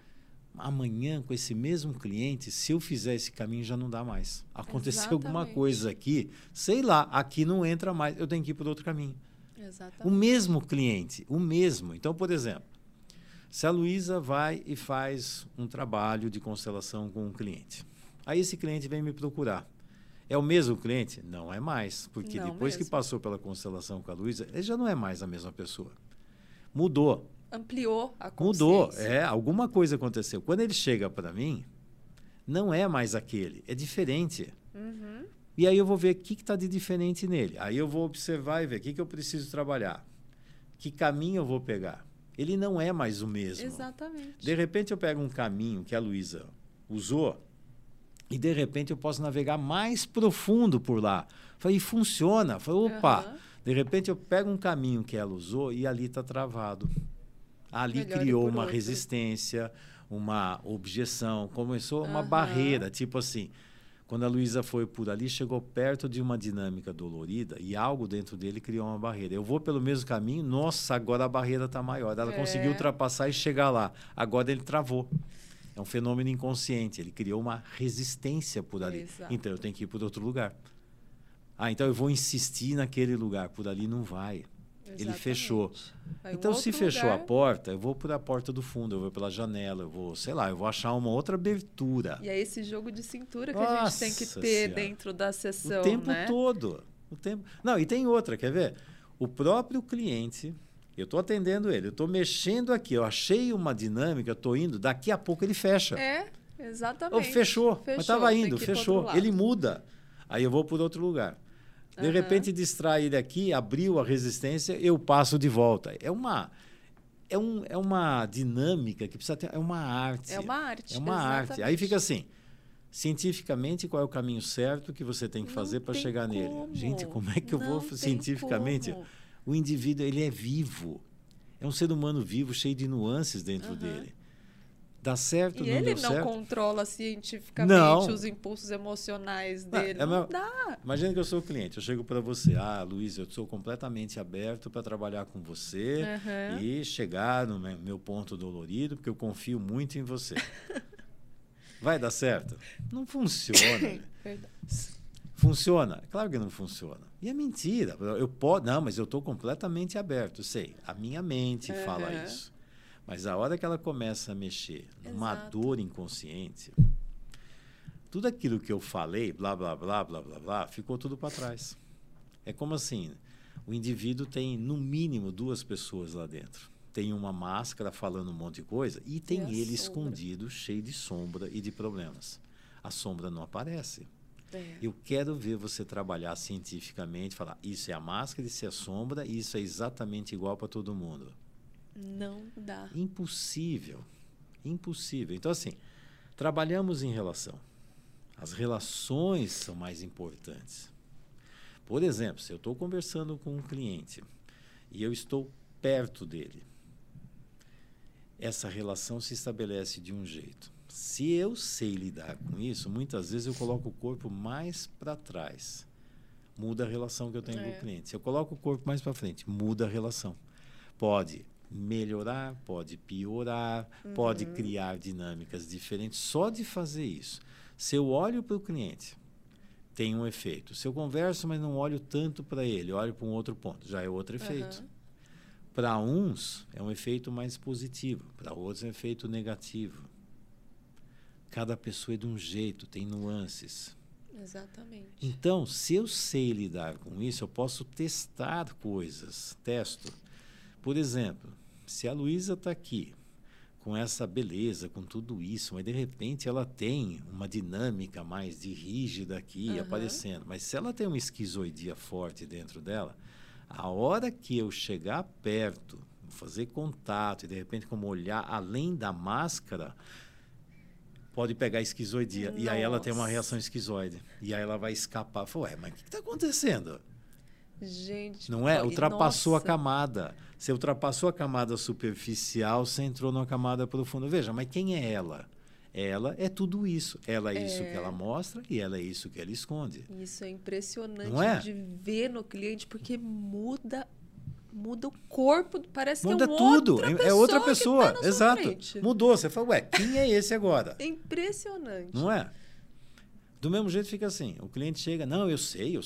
Amanhã, com esse mesmo cliente, se eu fizer esse caminho, já não dá mais. Aconteceu alguma Exatamente. coisa aqui, sei lá, aqui não entra mais, eu tenho que ir por outro caminho. Exatamente. O mesmo cliente, o mesmo. Então, por exemplo, se a Luísa vai e faz um trabalho de constelação com um cliente, aí esse cliente vem me procurar. É o mesmo cliente? Não é mais, porque Não depois que mesmo. passou pela constelação com a Luísa, ele já não é mais a mesma pessoa. Mudou. Ampliou a Mudou, consciência. alguma coisa aconteceu. Quando ele chega para mim, não é mais aquele, é diferente. E aí eu vou ver o que está de diferente nele. Aí eu vou observar e ver o que eu preciso trabalhar. Que caminho eu vou pegar. Ele não é mais o mesmo. Exatamente. De repente eu pego um caminho que a Luísa usou e de repente eu posso navegar mais profundo por lá. Falei, e funciona. Falei, opa, de repente eu pego um caminho que ela usou e ali está travado. Ali Melhor ir criou por uma outro. resistência, uma objeção, começou uma barreira, tipo assim, quando a Luísa foi por ali, chegou perto de uma dinâmica dolorida e algo dentro dele criou uma barreira. Eu vou pelo mesmo caminho, nossa, agora a barreira está maior. Ela conseguiu ultrapassar e chegar lá. Agora ele travou. É um fenômeno inconsciente, ele criou uma resistência por ali. Exato. Então eu tenho que ir por outro lugar. Então eu vou insistir naquele lugar, por ali não vai. Ele Exatamente. fechou. Vai um Então, se outro fechou a lugar. porta, eu vou por a porta do fundo, eu vou pela janela, eu vou, sei lá, eu vou achar uma outra abertura. E é esse jogo de cintura que a gente tem que Nossa ter Senhora. dentro da sessão, O tempo né? todo. O tempo... Não, e tem outra, quer ver? O próprio cliente, eu estou atendendo ele, eu estou mexendo aqui, eu achei uma dinâmica, eu estou indo, daqui a pouco ele fecha. Exatamente. Fechou, mas estava tem indo, que ir pro fechou. outro lado. Ele muda. Aí eu vou por outro lugar. De repente distrai ele aqui, abriu a resistência, eu passo de volta. É uma dinâmica que precisa ter, é uma arte. É uma arte. É uma arte. Aí exatamente. fica assim, cientificamente, qual é o caminho certo que você tem que fazer para tem chegar nele? como. Gente, como é que eu vou Não tem cientificamente? como. O indivíduo, ele é vivo. É um ser humano vivo, cheio de nuances dentro dele. Dá certo, E não ele deu não certo? controla cientificamente Não. os impulsos emocionais dele. É Não meu- dá. Imagina que eu sou o cliente, eu chego para você, Luiz, eu sou completamente aberto para trabalhar com você e chegar no meu ponto dolorido, porque eu confio muito em você. Vai dar certo? Não funciona. Verdade. Funciona? Claro que não funciona. E é mentira. Não, mas eu estou completamente aberto. Sei, a minha mente fala isso. Mas a hora que ela começa a mexer numa Exato. dor inconsciente, tudo aquilo que eu falei, blá, blá, blá, blá, blá, blá, ficou tudo para trás. É como assim, o indivíduo tem, no mínimo, 2 pessoas lá dentro. Tem uma máscara falando um monte de coisa e tem a ele sombra. escondido, cheio de sombra e de problemas. A sombra não aparece. É. Eu quero ver você trabalhar cientificamente, falar, isso é a máscara, isso é a sombra, e isso é exatamente igual para todo mundo. Não dá. Impossível. Impossível. Então, assim, trabalhamos em relação. As relações são mais importantes. Por exemplo, se eu estou conversando com um cliente e eu estou perto dele, essa relação se estabelece de um jeito. Se eu sei lidar com isso, muitas vezes eu coloco o corpo mais para trás. Muda a relação que eu tenho com o cliente. Se eu coloco o corpo mais para frente, muda a relação. Pode melhorar, pode piorar, pode criar dinâmicas diferentes. Só de fazer isso. Se eu olho para o cliente, tem um efeito. Se eu converso, mas não olho tanto para ele, olho para um outro ponto, já é outro efeito. Para uns, é um efeito mais positivo. Para outros, é um efeito negativo. Cada pessoa é de um jeito, tem nuances. Exatamente. Então, se eu sei lidar com isso, eu posso testar coisas. Testo. Por exemplo, se a Luísa está aqui, com essa beleza, com tudo isso, mas de repente ela tem uma dinâmica mais de rígida aqui aparecendo. Mas se ela tem uma esquizoidia forte dentro dela, a hora que eu chegar perto, fazer contato e de repente como olhar além da máscara, pode pegar esquizoidia. E aí ela tem uma reação esquizoide. E aí ela vai escapar. Fala, ué, mas o que está acontecendo? Gente, não é? Ultrapassou a camada. Você ultrapassou a camada superficial, você entrou numa camada profunda. Veja, mas quem é ela? Ela é tudo isso. Ela é isso que ela mostra e ela é isso que ela esconde. Isso é impressionante não é? de ver no cliente, porque muda o corpo, parece muda que é tudo. É outra pessoa. Tá exato. frente. Mudou. Você fala, ué, quem é esse agora? É impressionante. Não é? Do mesmo jeito fica assim, o cliente chega, não, eu sei.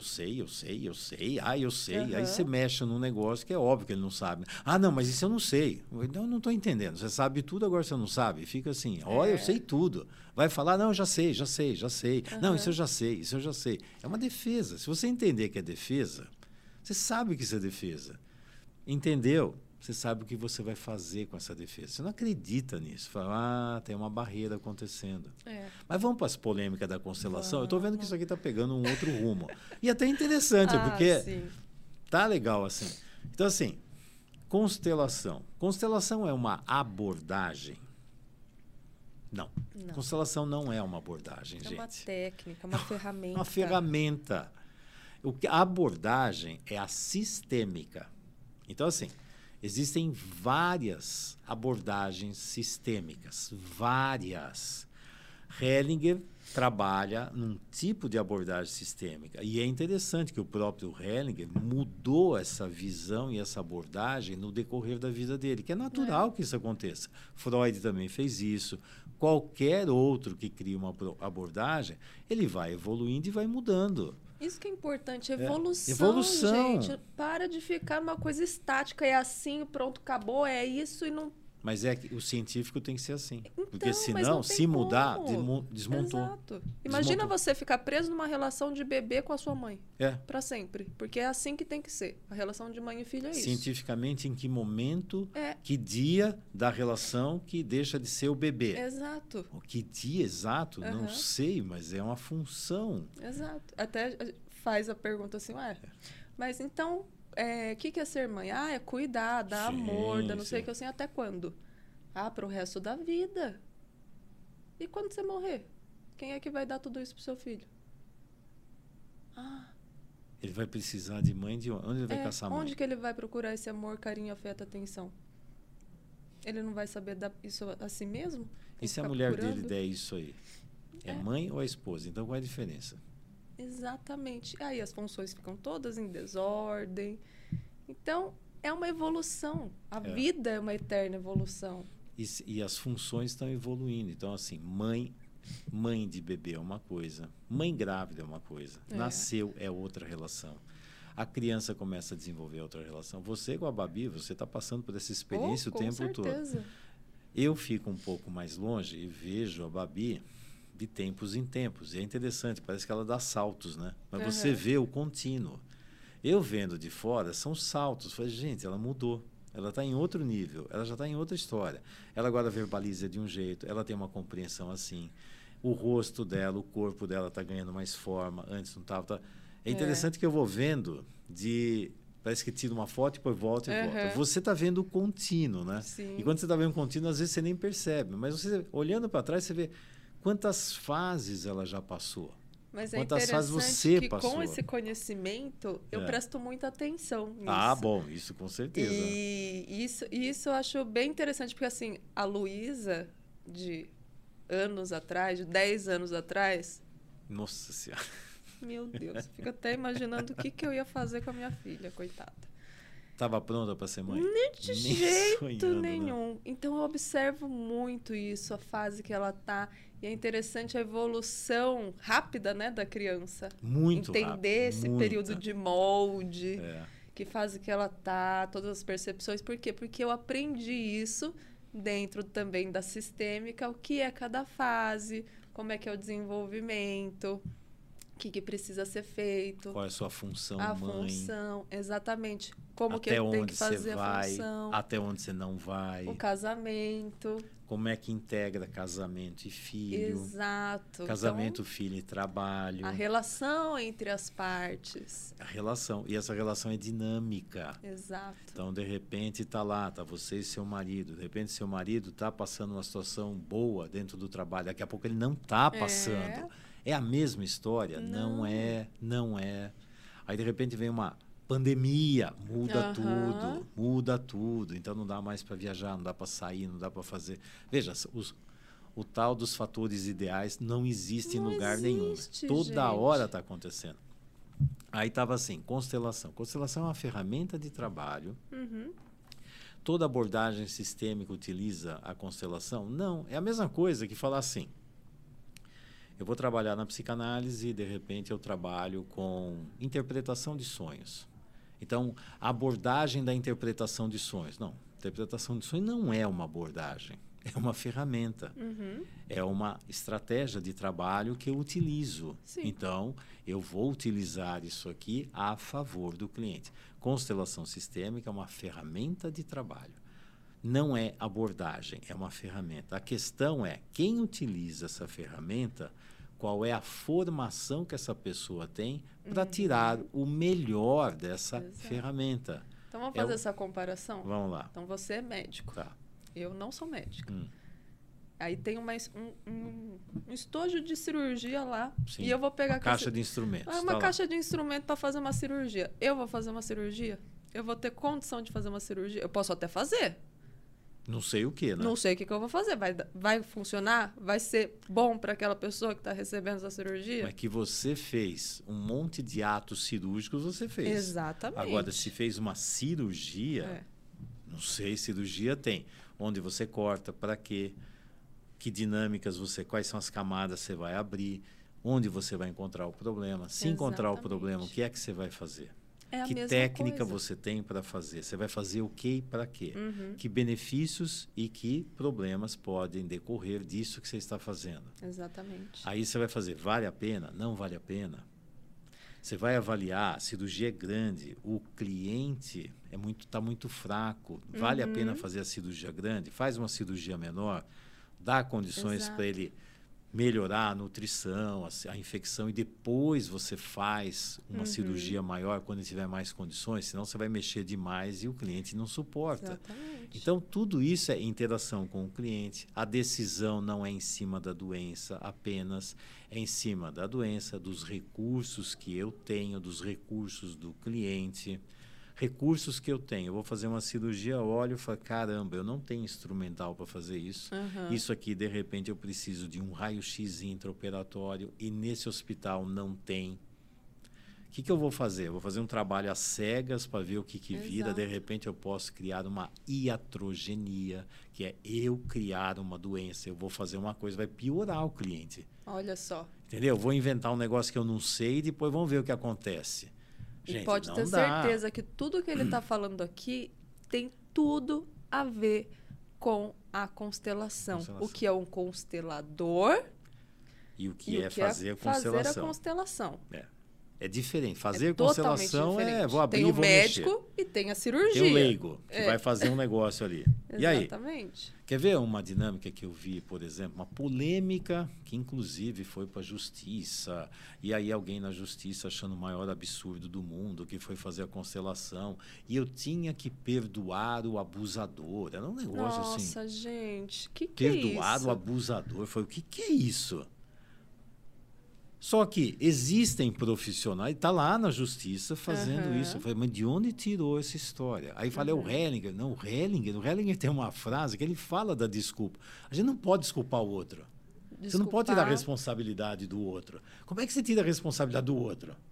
Aí você mexe num negócio que é óbvio que ele não sabe. Ah, não, mas isso eu não sei. Eu não estou entendendo. Você sabe tudo, agora você não sabe. Fica assim, olha, eu sei tudo. Vai falar, não, já sei. Não, isso eu já sei. É uma defesa. Se você entender que é defesa, você sabe que isso é defesa. Entendeu? Você sabe o que você vai fazer com essa defesa. Você não acredita nisso. Fala, tem uma barreira acontecendo. Mas vamos para as polêmicas da constelação? Eu estou vendo que isso aqui está pegando um outro rumo. E até interessante, porque tá legal assim. Então, assim, constelação. Constelação é uma abordagem? Não. Constelação não é uma abordagem, gente. É uma técnica, uma ferramenta. Uma ferramenta. A abordagem é a sistêmica. Então, assim, existem várias abordagens sistêmicas, várias. Hellinger trabalha num tipo de abordagem sistêmica. E é interessante que o próprio Hellinger mudou essa visão e essa abordagem no decorrer da vida dele, que é natural que isso aconteça. Freud também fez isso. Qualquer outro que cria uma abordagem, ele vai evoluindo e vai mudando. Isso que é importante, evolução, evolução. Gente. Para de ficar uma coisa estática, é assim, pronto, acabou, é isso e não... Mas é que o científico tem que ser assim. Então, porque senão, se mudar, desmontou. Exato. Imagina você ficar preso numa relação de bebê com a sua mãe. Para sempre. Porque é assim que tem que ser. A relação de mãe e filho é isso. Cientificamente, em que momento, que dia da relação que deixa de ser o bebê? Exato. Que dia exato? Não sei, mas é uma função. Exato. Até faz a pergunta assim, mas então... O que é ser mãe? É cuidar, dar amor, dar não sei o que, assim, até quando? Para o resto da vida. E quando você morrer? Quem é que vai dar tudo isso pro seu filho? Ele vai precisar de mãe de onde? Onde ele vai caçar mãe? Onde que ele vai procurar esse amor, carinho, afeto, atenção? Ele não vai saber dar isso a si mesmo? E se a mulher dele der isso aí? É mãe ou é esposa? Então, qual é a diferença? Exatamente. Aí as funções ficam todas em desordem. Então, é uma evolução. A vida é uma eterna evolução. E as funções estão evoluindo. Então, assim, mãe de bebê é uma coisa. Mãe grávida é uma coisa. Nasceu é outra relação. A criança começa a desenvolver outra relação. Você com a Babi, você está passando por essa experiência o tempo todo. Eu fico um pouco mais longe e vejo a Babi de tempos em tempos. E é interessante, parece que ela dá saltos, né? Mas você vê o contínuo. Eu vendo de fora, são saltos. Falei, gente, ela mudou. Ela está em outro nível. Ela já está em outra história. Ela agora verbaliza de um jeito. Ela tem uma compreensão assim. O rosto dela, o corpo dela está ganhando mais forma. Antes não estava. É interessante que eu vou vendo parece que tira uma foto e depois volta e volta. Você está vendo o contínuo, né? Sim. E quando você está vendo o contínuo, às vezes você nem percebe. Mas você, olhando para trás, você vê quantas fases ela já passou. Mas é quantas fases interessante você que passou. Com esse conhecimento, eu presto muita atenção nisso. Bom, isso com certeza. E isso eu acho bem interessante, porque assim, a Luísa, de anos atrás, de 10 anos atrás... Nossa Senhora. Meu Deus, fico até imaginando o que eu ia fazer com a minha filha, coitada. Estava pronta para ser mãe? De jeito sonhando, nenhum. né? Então, eu observo muito isso, a fase que ela tá. E é interessante a evolução rápida, né, da criança. Muito entender rápido, esse muita. período de molde, É. que fase que ela tá, todas as percepções. Por quê? Porque eu aprendi isso dentro também da sistêmica, o que é cada fase, como é que é o desenvolvimento, o que precisa ser feito. Qual é a sua função, a mãe? função, exatamente. Como Até que eu tenho onde que fazer você a vai, função. até onde você não vai. O casamento. Como é que integra casamento e filho. Exato. Casamento, então, filho e trabalho. a relação entre as partes. A relação. E essa relação é dinâmica. Exato. Então, de repente, está lá, está você e seu marido. De repente, seu marido está passando uma situação boa dentro do trabalho. Daqui a pouco ele não está passando. É a mesma história? Não é, não é. Aí, de repente, vem uma pandemia, muda tudo. Então, não dá mais para viajar, não dá para sair, não dá para fazer. Veja, o tal dos fatores ideais não existe em lugar nenhum. Toda hora está acontecendo. Aí estava assim, constelação. Constelação é uma ferramenta de trabalho. Toda abordagem sistêmica utiliza a constelação? Não, é a mesma coisa que falar assim, eu vou trabalhar na psicanálise e, de repente, eu trabalho com interpretação de sonhos. Então, a abordagem da interpretação de sonhos. Não, interpretação de sonhos não é uma abordagem, é uma ferramenta. É uma estratégia de trabalho que eu utilizo. Sim. Então, eu vou utilizar isso aqui a favor do cliente. Constelação sistêmica é uma ferramenta de trabalho. Não é abordagem, é uma ferramenta. A questão é, quem utiliza essa ferramenta, qual é a formação que essa pessoa tem para tirar o melhor dessa ferramenta. Então, vamos fazer essa comparação? Vamos lá. Então, você é médico. Tá. Eu não sou médica. Aí tem um estojo de cirurgia lá. Sim, e eu vou pegar... uma caixa de instrumentos. Uma caixa de instrumento para fazer uma cirurgia. Eu vou fazer uma cirurgia? Eu vou ter condição de fazer uma cirurgia? Eu posso até fazer. Não sei o que, né? Não sei o que eu vou fazer. Vai funcionar? Vai ser bom para aquela pessoa que está recebendo essa cirurgia? Mas que você fez um monte de atos cirúrgicos, você fez. Exatamente. Agora, se fez uma cirurgia, não sei, cirurgia tem. Onde você corta, para quê? Que dinâmicas quais são as camadas você vai abrir, onde você vai encontrar o problema. Se encontrar o problema, o que é que você vai fazer? Que técnica você tem para fazer? Você vai fazer o que e para quê? Que benefícios e que problemas podem decorrer disso que você está fazendo? Exatamente. Aí você vai fazer, vale a pena? Não vale a pena? Você vai avaliar, a cirurgia é grande, o cliente está muito fraco, vale a pena fazer a cirurgia grande? Faz uma cirurgia menor, dá condições para ele melhorar a nutrição, a infecção, e depois você faz uma cirurgia maior quando ele tiver mais condições, senão você vai mexer demais e o cliente não suporta. Exatamente. Então, tudo isso é interação com o cliente. A decisão não é em cima da doença apenas, é em cima da doença, dos recursos que eu tenho, dos recursos do cliente. Recursos que eu tenho. Eu vou fazer uma cirurgia, eu olho e falo, caramba, eu não tenho instrumental para fazer isso. Isso aqui, de repente, eu preciso de um raio-x intraoperatório e nesse hospital não tem. O que eu vou fazer? Eu vou fazer um trabalho às cegas para ver o que vira. De repente, eu posso criar uma iatrogenia, que é eu criar uma doença. Eu vou fazer uma coisa, vai piorar o cliente. Olha só. Entendeu? Eu vou inventar um negócio que eu não sei e depois vamos ver o que acontece. Gente, e pode ter certeza que tudo que ele está falando aqui tem tudo a ver com a constelação. O que é um constelador e o que é fazer a constelação. Fazer a constelação. É diferente. Fazer constelação diferente. Vou abrir e vou mexer. Tem o médico e tem a cirurgia. Tem o leigo, que vai fazer um negócio ali. E aí? Exatamente. Quer ver uma dinâmica que eu vi, por exemplo? Uma polêmica que, inclusive, foi para a justiça. E aí alguém na justiça achando o maior absurdo do mundo, que foi fazer a constelação. E eu tinha que perdoar o abusador. Era um negócio assim. Nossa, gente, que é isso? Perdoar o abusador. Foi, o que é isso? Só que existem profissionais, está lá na justiça fazendo isso. Eu falei, mas de onde tirou essa história? Aí falei, o Hellinger. Não, o Hellinger tem uma frase que ele fala da desculpa. A gente não pode desculpar o outro. Você não pode tirar a responsabilidade do outro. Como é que você tira a responsabilidade do outro?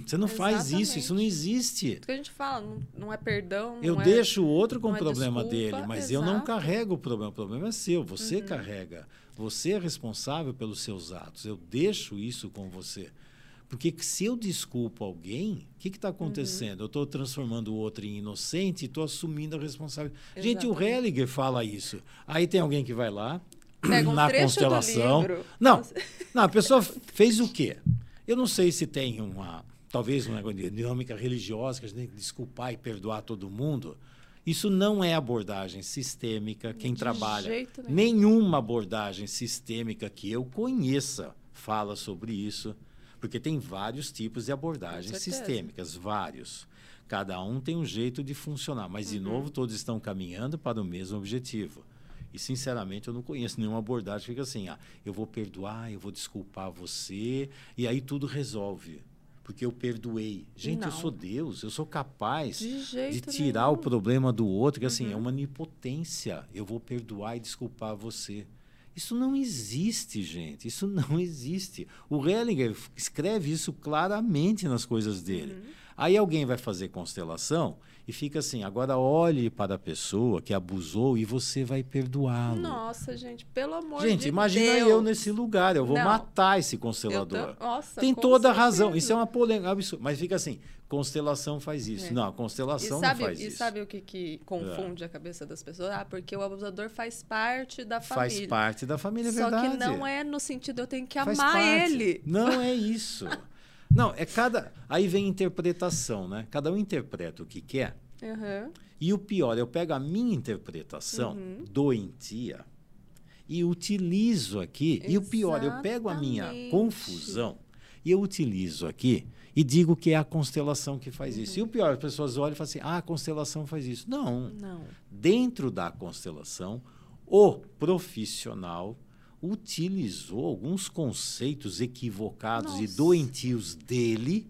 Você não faz isso não existe. Isso que a gente fala, não é perdão. Eu deixo o outro com o problema dele, mas eu não Exato. carrego o problema é seu, você carrega. Você é responsável pelos seus atos. Eu deixo isso com você. Porque se eu desculpo alguém, o que está acontecendo? Eu estou transformando o outro em inocente e estou assumindo a responsabilidade. Exatamente. Gente, o Hellinger fala isso. Aí tem alguém que vai lá, pega na constelação. Do livro. Não, a pessoa fez o quê? Eu não sei se tem talvez uma dinâmica religiosa, que a gente tem que desculpar e perdoar todo mundo. Isso não é abordagem sistêmica. Quem trabalha, nenhuma abordagem sistêmica que eu conheça fala sobre isso, porque tem vários tipos de abordagens sistêmicas, vários. Cada um tem um jeito de funcionar, mas, de novo, todos estão caminhando para o mesmo objetivo. E, sinceramente, eu não conheço nenhuma abordagem que fica assim, eu vou perdoar, eu vou desculpar você, e aí tudo resolve. Porque eu perdoei. Gente, eu sou Deus, eu sou capaz de tirar o problema do outro, que assim, é uma onipotência. Eu vou perdoar e desculpar você. Isso não existe, gente. Isso não existe. O Hellinger escreve isso claramente nas coisas dele. Aí alguém vai fazer constelação e fica assim, agora olhe para a pessoa que abusou e você vai perdoá-lo. Nossa, gente, pelo amor de Deus. Gente, imagina eu nesse lugar, eu vou matar esse constelador. Nossa, tem toda a razão, isso é uma polêmica absurda. Mas fica assim, constelação faz isso. Não, a constelação não faz isso. E sabe o que confunde a cabeça das pessoas? Porque o abusador faz parte da família. Faz parte da família, é verdade. Só que não é no sentido, eu tenho que amar ele. Não é isso. Não, aí vem interpretação, né? Cada um interpreta o que quer. E o pior, eu pego a minha interpretação doentia e utilizo aqui. Exatamente. E o pior, eu pego a minha confusão e eu utilizo aqui e digo que é a constelação que faz isso. E o pior, as pessoas olham e falam assim, a constelação faz isso. Não. Dentro da constelação, o profissional utilizou alguns conceitos equivocados e doentios dele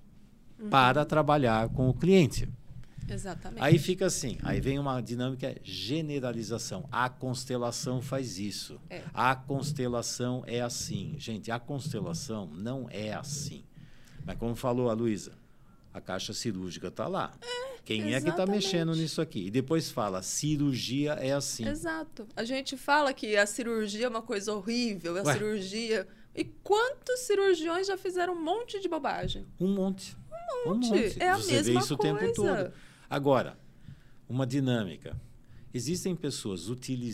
para trabalhar com o cliente. Exatamente. Aí fica assim, aí vem uma dinâmica generalização. A constelação faz isso. A constelação é assim. Gente, a constelação não é assim. Mas como falou a Luísa, a caixa cirúrgica está lá. Quem é que está mexendo nisso aqui? E depois fala, cirurgia é assim. Exato. A gente fala que a cirurgia é uma coisa horrível, a cirurgia... E quantos cirurgiões já fizeram um monte de bobagem? Um monte. É a Você mesma vê isso coisa. o tempo todo. Agora, uma dinâmica. Existem pessoas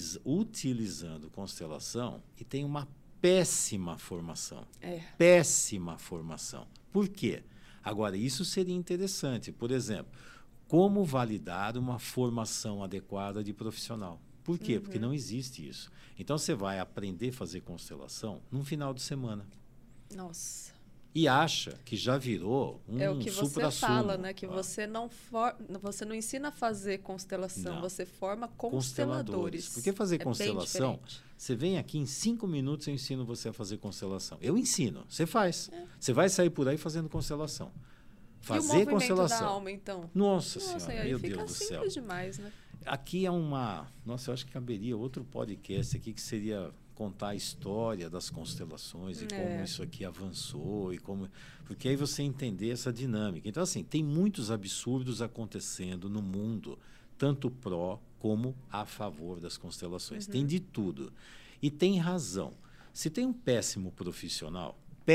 utilizando constelação e tem uma péssima formação. Péssima formação. Por quê? Agora, isso seria interessante. Por exemplo, como validar uma formação adequada de profissional? Por quê? Porque não existe isso. Então, você vai aprender a fazer constelação num final de semana. Nossa. E acha que já virou um supra-sumo. É o que você fala, né? Que você não ensina a fazer constelação, você forma consteladores. Porque fazer constelação, você vem aqui em 5 minutos eu ensino você a fazer constelação. Eu ensino, você faz. Você vai sair por aí fazendo constelação. Fazer constelação. Da alma, então? Nossa Senhora, meu Deus do céu. Simples demais, né? Aqui é uma... Nossa, eu acho que caberia outro podcast aqui que seria contar a história das constelações e como isso aqui avançou e como... Porque aí você entender essa dinâmica. Então, assim, tem muitos absurdos acontecendo no mundo, tanto pró como a favor das constelações. Tem de tudo. E tem razão. Se tem um péssimo profissional,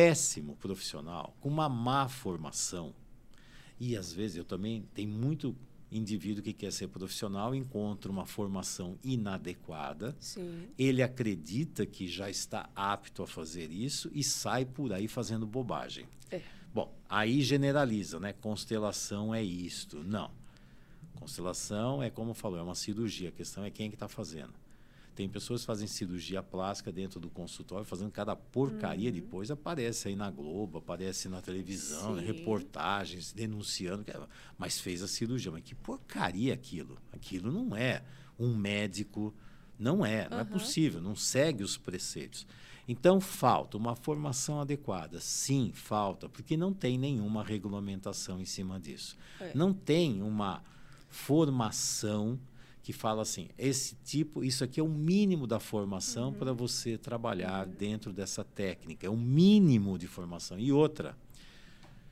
com uma má formação, e às vezes eu também tenho muito indivíduo que quer ser profissional, encontra uma formação inadequada, ele acredita que já está apto a fazer isso e sai por aí fazendo bobagem. Bom, aí generaliza, né? Constelação é isto. Não. Constelação é, como falou, é uma cirurgia. A questão é quem é que está fazendo. Tem pessoas que fazem cirurgia plástica dentro do consultório, fazendo cada porcaria, depois aparece aí na Globo, aparece na televisão, né, reportagens, denunciando, mas fez a cirurgia. Mas que porcaria aquilo? Aquilo não é um médico, não é possível, não segue os preceitos. Então, falta uma formação adequada. Sim, falta, porque não tem nenhuma regulamentação em cima disso. Não tem uma formação que fala assim, isso aqui é o mínimo da formação para você trabalhar dentro dessa técnica, é o mínimo de formação. E outra,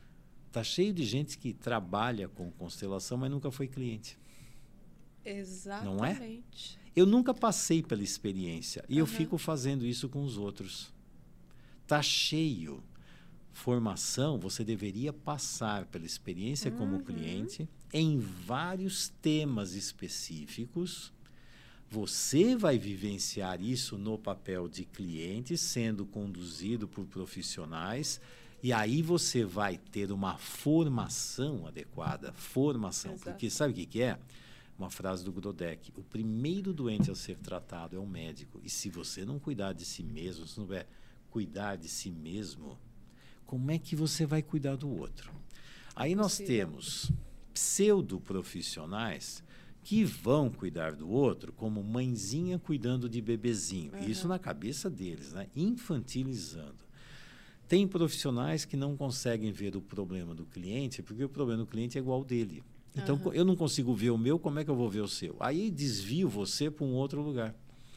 Tá cheio de gente que trabalha com constelação, mas nunca foi cliente. Exatamente. Não é? Eu nunca passei pela experiência e eu fico fazendo isso com os outros. Tá cheio. Formação, você deveria passar pela experiência como cliente em vários temas específicos. Você vai vivenciar isso no papel de cliente, sendo conduzido por profissionais, e aí você vai ter uma formação adequada. Formação. Exato. Porque sabe o que é? Uma frase do Grodeck: o primeiro doente a ser tratado é o médico. E se você não cuidar de si mesmo, se não vai cuidar de si mesmo, como é que você vai cuidar do outro? Aí nós temos pseudo-profissionais que vão cuidar do outro como mãezinha cuidando de bebezinho. Isso na cabeça deles, né? Infantilizando. Tem profissionais que não conseguem ver o problema do cliente, porque o problema do cliente é igual ao dele. Então, eu não consigo ver o meu, como é que eu vou ver o seu? Aí desvio você para um outro lugar.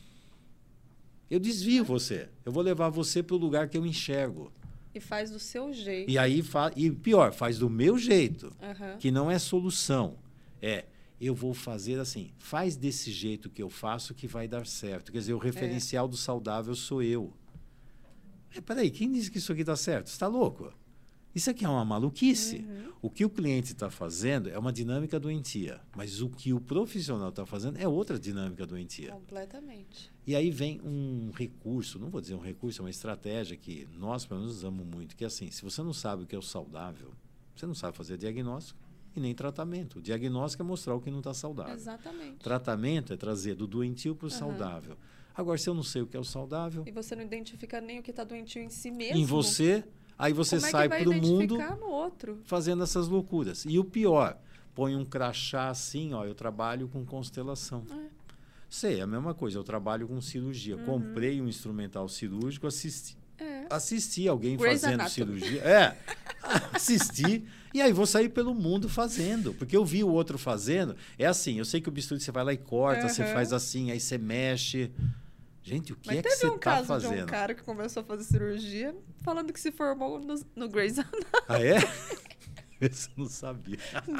Eu desvio você. Eu vou levar você para o lugar que eu enxergo. E faz do seu jeito. E aí, e pior, faz do meu jeito, que não é solução. Eu vou fazer assim, faz desse jeito que eu faço que vai dar certo. Quer dizer, o referencial do saudável sou eu. Peraí, quem disse que isso aqui dá certo? Você está louco? Isso aqui é uma maluquice. O que o cliente está fazendo é uma dinâmica doentia, mas o que o profissional está fazendo é outra dinâmica doentia. Completamente. E aí vem um recurso, não vou dizer um recurso, é uma estratégia que nós, pelo menos, usamos muito, que é assim, se você não sabe o que é o saudável, você não sabe fazer diagnóstico e nem tratamento. O diagnóstico é mostrar o que não está saudável. Exatamente. Tratamento é trazer do doentio para o saudável. Agora, se eu não sei o que é o saudável... E você não identifica nem o que está doentio em si mesmo. Em você... Aí você sai para o mundo no outro? Fazendo essas loucuras. E o pior, põe um crachá assim, eu trabalho com constelação. Sei, é a mesma coisa, eu trabalho com cirurgia. Comprei um instrumental cirúrgico, assisti alguém fazendo cirurgia. Assisti, e aí vou sair pelo mundo fazendo. Porque eu vi o outro fazendo. É assim, eu sei que o bisturi você vai lá e corta, você faz assim, aí você mexe... Gente, o que é que você está fazendo? Mas teve um caso de um cara que começou a fazer cirurgia falando que se formou no Grey's Anatomy. Ah, é? Isso eu não sabia.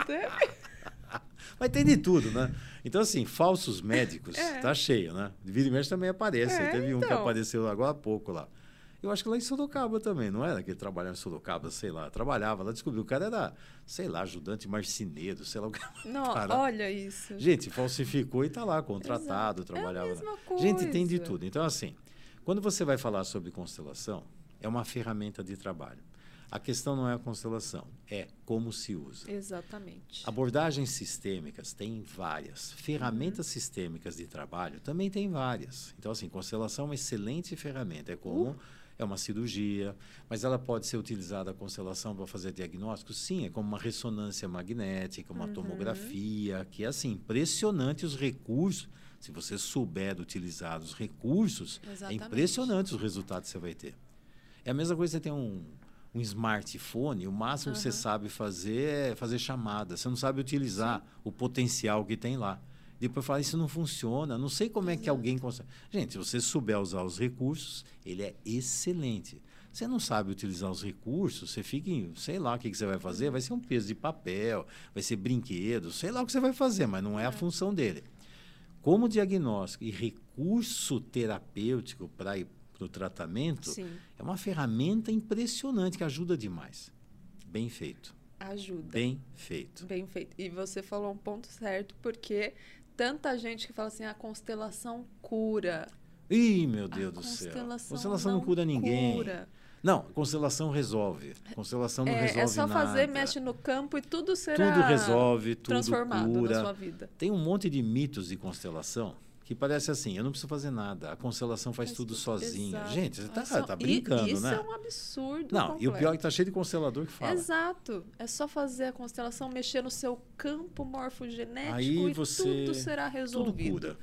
Mas tem de tudo, né? Então, assim, falsos médicos, tá cheio, né? Vira e mexe também aparece. Teve um que apareceu agora há pouco lá. Eu acho que lá em Sorocaba também, não era que ele trabalhava em Sorocaba, sei lá. Trabalhava lá, descobriu. O cara era, sei lá, ajudante marceneiro, sei lá o que. Não, olha isso. Gente, falsificou e está lá, contratado, trabalhava. É a mesma lá. coisa. Gente, tem de tudo. Então, assim, quando você vai falar sobre constelação, é uma ferramenta de trabalho. A questão não é a constelação, é como se usa. Exatamente. Abordagens sistêmicas tem várias. Ferramentas sistêmicas de trabalho também tem várias. Então, assim, constelação é uma excelente ferramenta. É como... É uma cirurgia, mas ela pode ser utilizada a constelação para fazer diagnóstico? Sim, é como uma ressonância magnética, uma tomografia, que é assim, impressionante os recursos. Se você souber utilizar os recursos, é impressionante os resultados que você vai ter. É a mesma coisa que você tem um smartphone, o máximo que você sabe fazer é fazer chamada. Você não sabe utilizar o potencial que tem lá. Depois fala, isso não funciona, não sei como é que alguém consegue. Gente, se você souber usar os recursos, ele é excelente. Você não sabe utilizar os recursos, você fica em, sei lá o que você vai fazer, vai ser um peso de papel, vai ser brinquedo, sei lá o que você vai fazer, mas não é a função dele. Como diagnóstico e recurso terapêutico para ir para o tratamento, é uma ferramenta impressionante que ajuda demais. Bem feito. Ajuda. Bem feito. Bem feito. E você falou um ponto certo, porque... Tanta gente que fala assim, a constelação cura. Ih, meu Deus do céu. Constelação não cura ninguém. Não, constelação resolve. Constelação não resolve nada. É só fazer, mexe no campo e tudo será tudo resolve, tudo transformado cura. na sua vida. Tem um monte de mitos de constelação que parece assim, eu não preciso fazer nada, a constelação faz tudo sozinha. Exato. Gente, você tá brincando, isso né? Isso é um absurdo. Não, completo. E o pior é que tá cheio de constelador que fala. Exato. É só fazer a constelação, mexer no seu campo morfogenético aí e tudo será resolvido. Tudo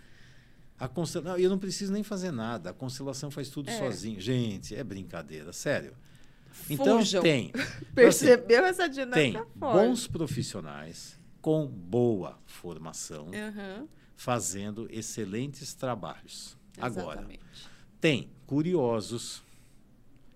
cura. Eu não preciso nem fazer nada, a constelação faz tudo sozinho. Gente, é brincadeira, sério. Então Fujam. tem. Percebeu essa dinâmica tem forte. Bons profissionais com boa formação fazendo excelentes trabalhos. Exatamente. Agora, tem curiosos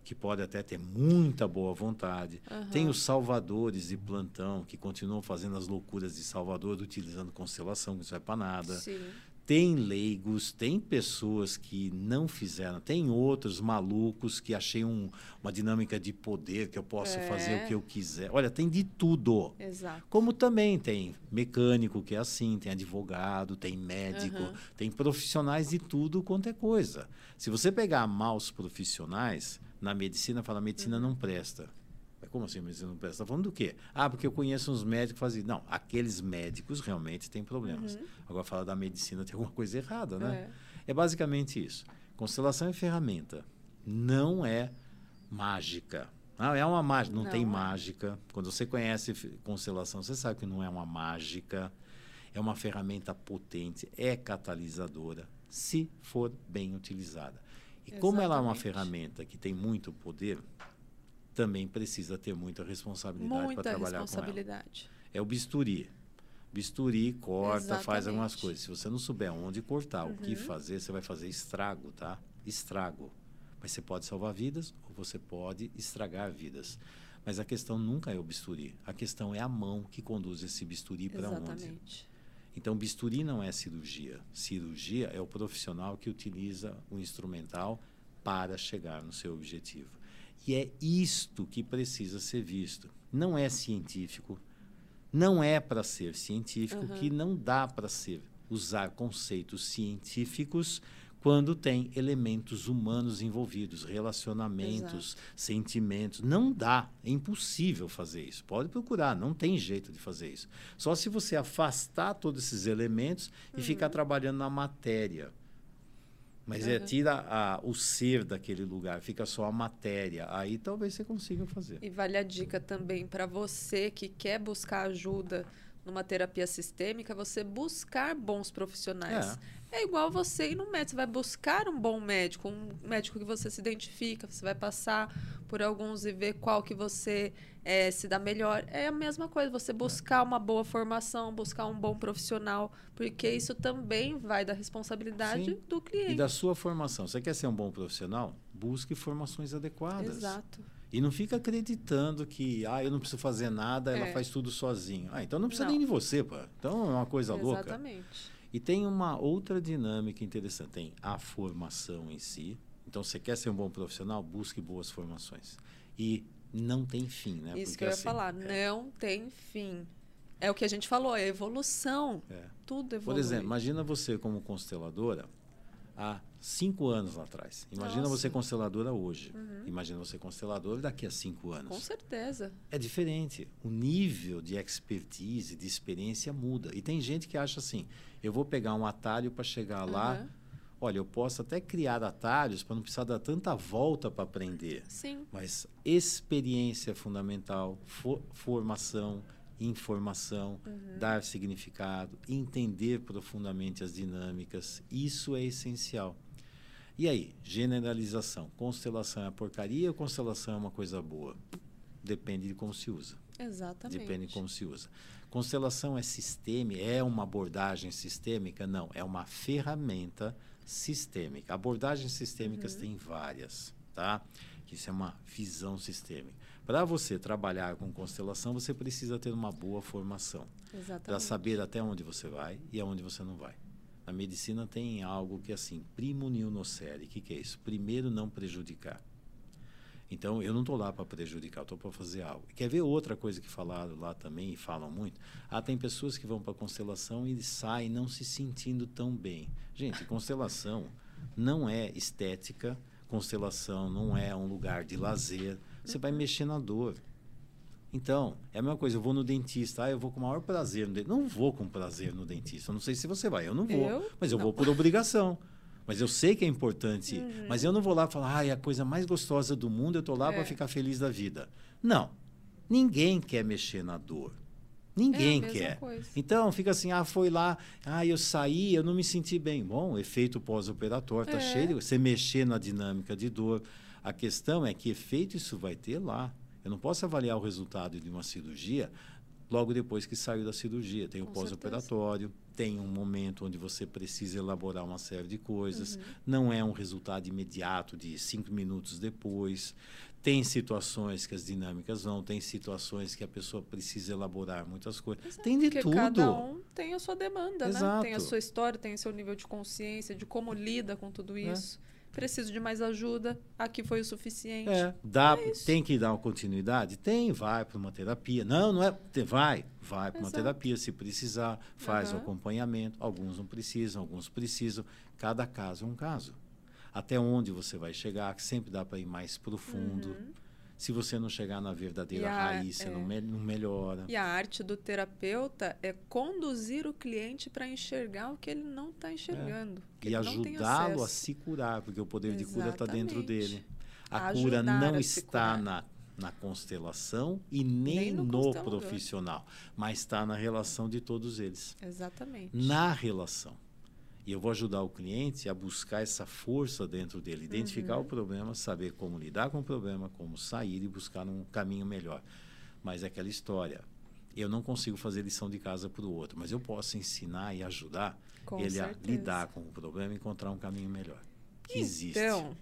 que pode até ter muita boa vontade. Tem os salvadores de plantão, que continuam fazendo as loucuras de salvador, utilizando constelação, que não serve para nada. Sim. Tem leigos, tem pessoas que não fizeram, tem outros malucos que achei uma dinâmica de poder, que eu posso fazer o que eu quiser. Olha, tem de tudo. Exato. Como também tem mecânico, que é assim, tem advogado, tem médico, tem profissionais de tudo quanto é coisa. Se você pegar maus profissionais, na medicina, fala, a medicina não presta. Como assim, medicina não presta? Está falando do quê? Ah, porque eu conheço uns médicos que fazem... Não, aqueles médicos realmente têm problemas. Agora, fala da medicina, tem alguma coisa errada, né? É basicamente isso. Constelação é ferramenta. Não é mágica. Ah, é uma mágica. Não tem mágica. Quando você conhece constelação, você sabe que não é uma mágica. É uma ferramenta potente, é catalisadora, se for bem utilizada. E como ela é uma ferramenta que tem muito poder, também precisa ter muita responsabilidade para trabalhar com ela. É o bisturi. Bisturi, corta, faz algumas coisas. Se você não souber onde cortar, o que fazer, você vai fazer estrago, tá? Estrago. Mas você pode salvar vidas ou você pode estragar vidas. Mas a questão nunca é o bisturi. A questão é a mão que conduz esse bisturi para onde. Então, bisturi não é cirurgia. Cirurgia é o profissional que utiliza o instrumental para chegar no seu objetivo. E é isto que precisa ser visto. Não é científico, não é para ser científico, que não dá para usar conceitos científicos quando tem elementos humanos envolvidos, relacionamentos, sentimentos. Não dá, é impossível fazer isso. Pode procurar, não tem jeito de fazer isso. Só se você afastar todos esses elementos e ficar trabalhando na matéria. Mas tira o ser daquele lugar, fica só a matéria. Aí talvez você consiga fazer. E vale a dica também para você que quer buscar ajuda numa terapia sistêmica, você buscar bons profissionais. É igual você ir no médico, você vai buscar um bom médico, um médico que você se identifica, você vai passar por alguns e ver qual que você se dá melhor. É a mesma coisa, você buscar uma boa formação, buscar um bom profissional, porque isso também vai da responsabilidade do cliente. E da sua formação. Você quer ser um bom profissional? Busque formações adequadas. Exato. E não fica acreditando que eu não preciso fazer nada, ela faz tudo sozinho. Então não precisa nem de você, pô. Então é uma coisa louca. Exatamente. E tem uma outra dinâmica interessante. Tem a formação em si. Então, você quer ser um bom profissional? Busque boas formações. E não tem fim, né? Isso que eu ia falar. Não tem fim. É o que a gente falou, é evolução. Tudo evolui. Por exemplo, imagina você como consteladora há 5 anos lá atrás. Imagina você consteladora hoje. Imagina você consteladora daqui a 5 anos. Com certeza. É diferente. O nível de expertise, de experiência muda. E tem gente que acha assim, eu vou pegar um atalho para chegar lá. Olha, eu posso até criar atalhos para não precisar dar tanta volta para aprender. Sim. Mas experiência é fundamental, formação, informação, dar significado, entender profundamente as dinâmicas. Isso é essencial. E aí, generalização. Constelação é porcaria ou constelação é uma coisa boa? Depende de como se usa. Exatamente. Depende de como se usa. Constelação é sistêmica? É uma abordagem sistêmica? Não, é uma ferramenta sistêmica. Abordagens sistêmicas tem várias, tá? Isso é uma visão sistêmica. Para você trabalhar com constelação, você precisa ter uma boa formação. Exatamente. Para saber até onde você vai e aonde você não vai. Na medicina tem algo que é assim, primo nil nocere. O que é isso? Primeiro, não prejudicar. Então, eu não estou lá para prejudicar, eu estou para fazer algo. Quer ver outra coisa que falaram lá também, e falam muito? Tem pessoas que vão para a constelação e saem não se sentindo tão bem. Gente, constelação não é estética, constelação não é um lugar de lazer. Você vai mexer na dor. Então, é a mesma coisa, eu vou no dentista, eu vou com o maior prazer no dentista. Não vou com prazer no dentista, eu não sei se você vai, eu não vou, mas eu vou por obrigação. Mas eu sei que é importante, mas eu não vou lá falar, é a coisa mais gostosa do mundo, eu estou lá para ficar feliz da vida. Não, ninguém quer mexer na dor. Ninguém quer. Coisa. Então, fica assim, foi lá, eu saí, eu não me senti bem. Bom, efeito pós-operatório, está cheio de você mexer na dinâmica de dor. A questão é que efeito isso vai ter lá. Eu não posso avaliar o resultado de uma cirurgia logo depois que saiu da cirurgia. Tem o Com pós-operatório, tem um momento onde você precisa elaborar uma série de coisas. Não é um resultado imediato de 5 minutos depois. Tem situações que as dinâmicas vão, tem situações que a pessoa precisa elaborar muitas coisas. Exato, Tem de porque tudo. cada um tem a sua demanda, Exato. né? Tem a sua história, tem o seu nível de consciência, de como lida com tudo isso. Preciso de mais ajuda, aqui foi o suficiente. Tem que dar uma continuidade? Tem, vai para uma terapia. Não é. Vai para uma terapia se precisar, faz o acompanhamento. Alguns não precisam, alguns precisam. Cada caso é um caso. Até onde você vai chegar, sempre dá para ir mais profundo. Se você não chegar na verdadeira raiz, você não melhora. E a arte do terapeuta é conduzir o cliente para enxergar o que ele não está enxergando. E ajudá-lo a se curar, porque o poder de cura está dentro dele. A cura não está na constelação e nem no profissional, mas está na relação de todos eles. Exatamente. Na relação. E eu vou ajudar o cliente a buscar essa força dentro dele, identificar o problema, saber como lidar com o problema, como sair e buscar um caminho melhor. Mas é aquela história. Eu não consigo fazer lição de casa para o outro, mas eu posso ensinar e ajudar ele a lidar com o problema e encontrar um caminho melhor. Que existe. Então,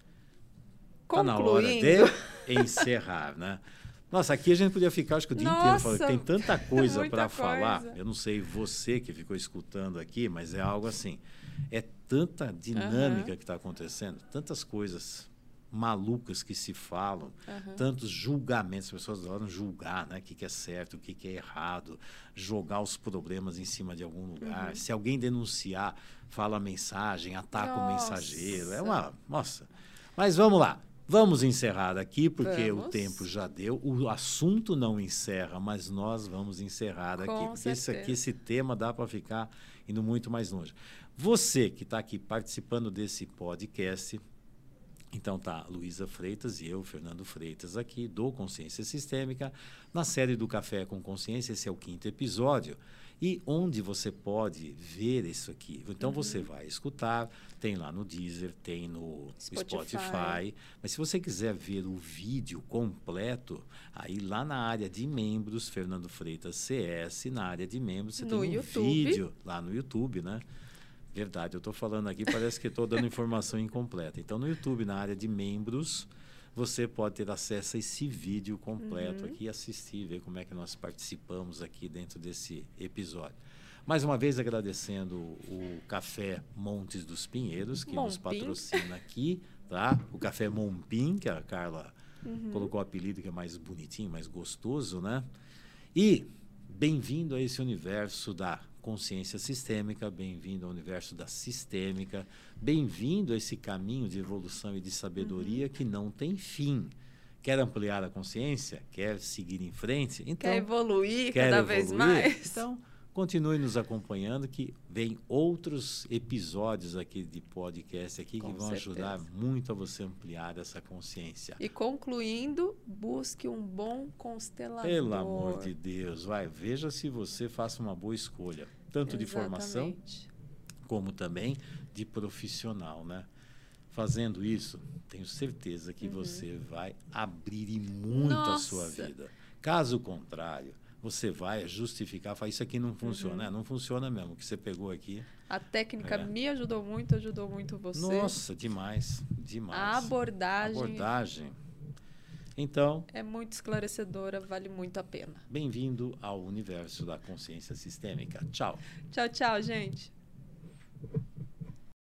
está na hora de encerrar, né? Nossa, aqui a gente podia ficar, acho que o dia inteiro falando. Tem tanta coisa para falar. Eu não sei você que ficou escutando aqui, mas é algo assim. É tanta dinâmica que está acontecendo, tantas coisas malucas que se falam, tantos julgamentos. As pessoas adoram julgar, né? O que é certo, o que é errado, jogar os problemas em cima de algum lugar. Se alguém denunciar, fala a mensagem, ataca o mensageiro. É uma... Nossa. Mas vamos lá. Vamos encerrar aqui, porque o tempo já deu. O assunto não encerra, mas nós vamos encerrar aqui. Porque esse tema dá para ficar indo muito mais longe. Você que está aqui participando desse podcast, então tá Luísa Freitas e eu, Fernando Freitas, aqui do Consciência Sistêmica, na série do Café com Consciência. Esse é o 5º episódio. E onde você pode ver isso aqui? Então, você vai escutar, tem lá no Deezer, tem no Spotify. Mas se você quiser ver o vídeo completo, aí lá na área de membros, Fernando Freitas CS, na área de membros, você tem um vídeo lá no YouTube, né? Verdade, eu estou falando aqui, parece que estou dando informação incompleta. Então, no YouTube, na área de membros, você pode ter acesso a esse vídeo completo aqui e assistir, ver como é que nós participamos aqui dentro desse episódio. Mais uma vez agradecendo o Café Montes dos Pinheiros, que nos patrocina aqui, tá? O Café Mompim, que a Carla colocou o apelido que é mais bonitinho, mais gostoso, né? E bem-vindo a esse universo da consciência sistêmica, bem-vindo ao universo da sistêmica, bem-vindo a esse caminho de evolução e de sabedoria que não tem fim. Quer ampliar a consciência? Quer seguir em frente? Então, quer evoluir cada vez mais? Então, continue nos acompanhando, que vem outros episódios aqui de podcast aqui que vão ajudar muito a você ampliar essa consciência. E concluindo, busque um bom constelador. Pelo amor de Deus, veja se você faça uma boa escolha, tanto de formação como também de profissional, né? Fazendo isso, tenho certeza que você vai abrir muito a sua vida. Caso contrário, você vai justificar, fala, isso aqui não funciona. Não funciona mesmo, o que você pegou aqui. A técnica me ajudou muito você. Nossa, demais. A abordagem. Então, é muito esclarecedora, vale muito a pena. Bem-vindo ao universo da consciência sistêmica. Tchau. Tchau, gente.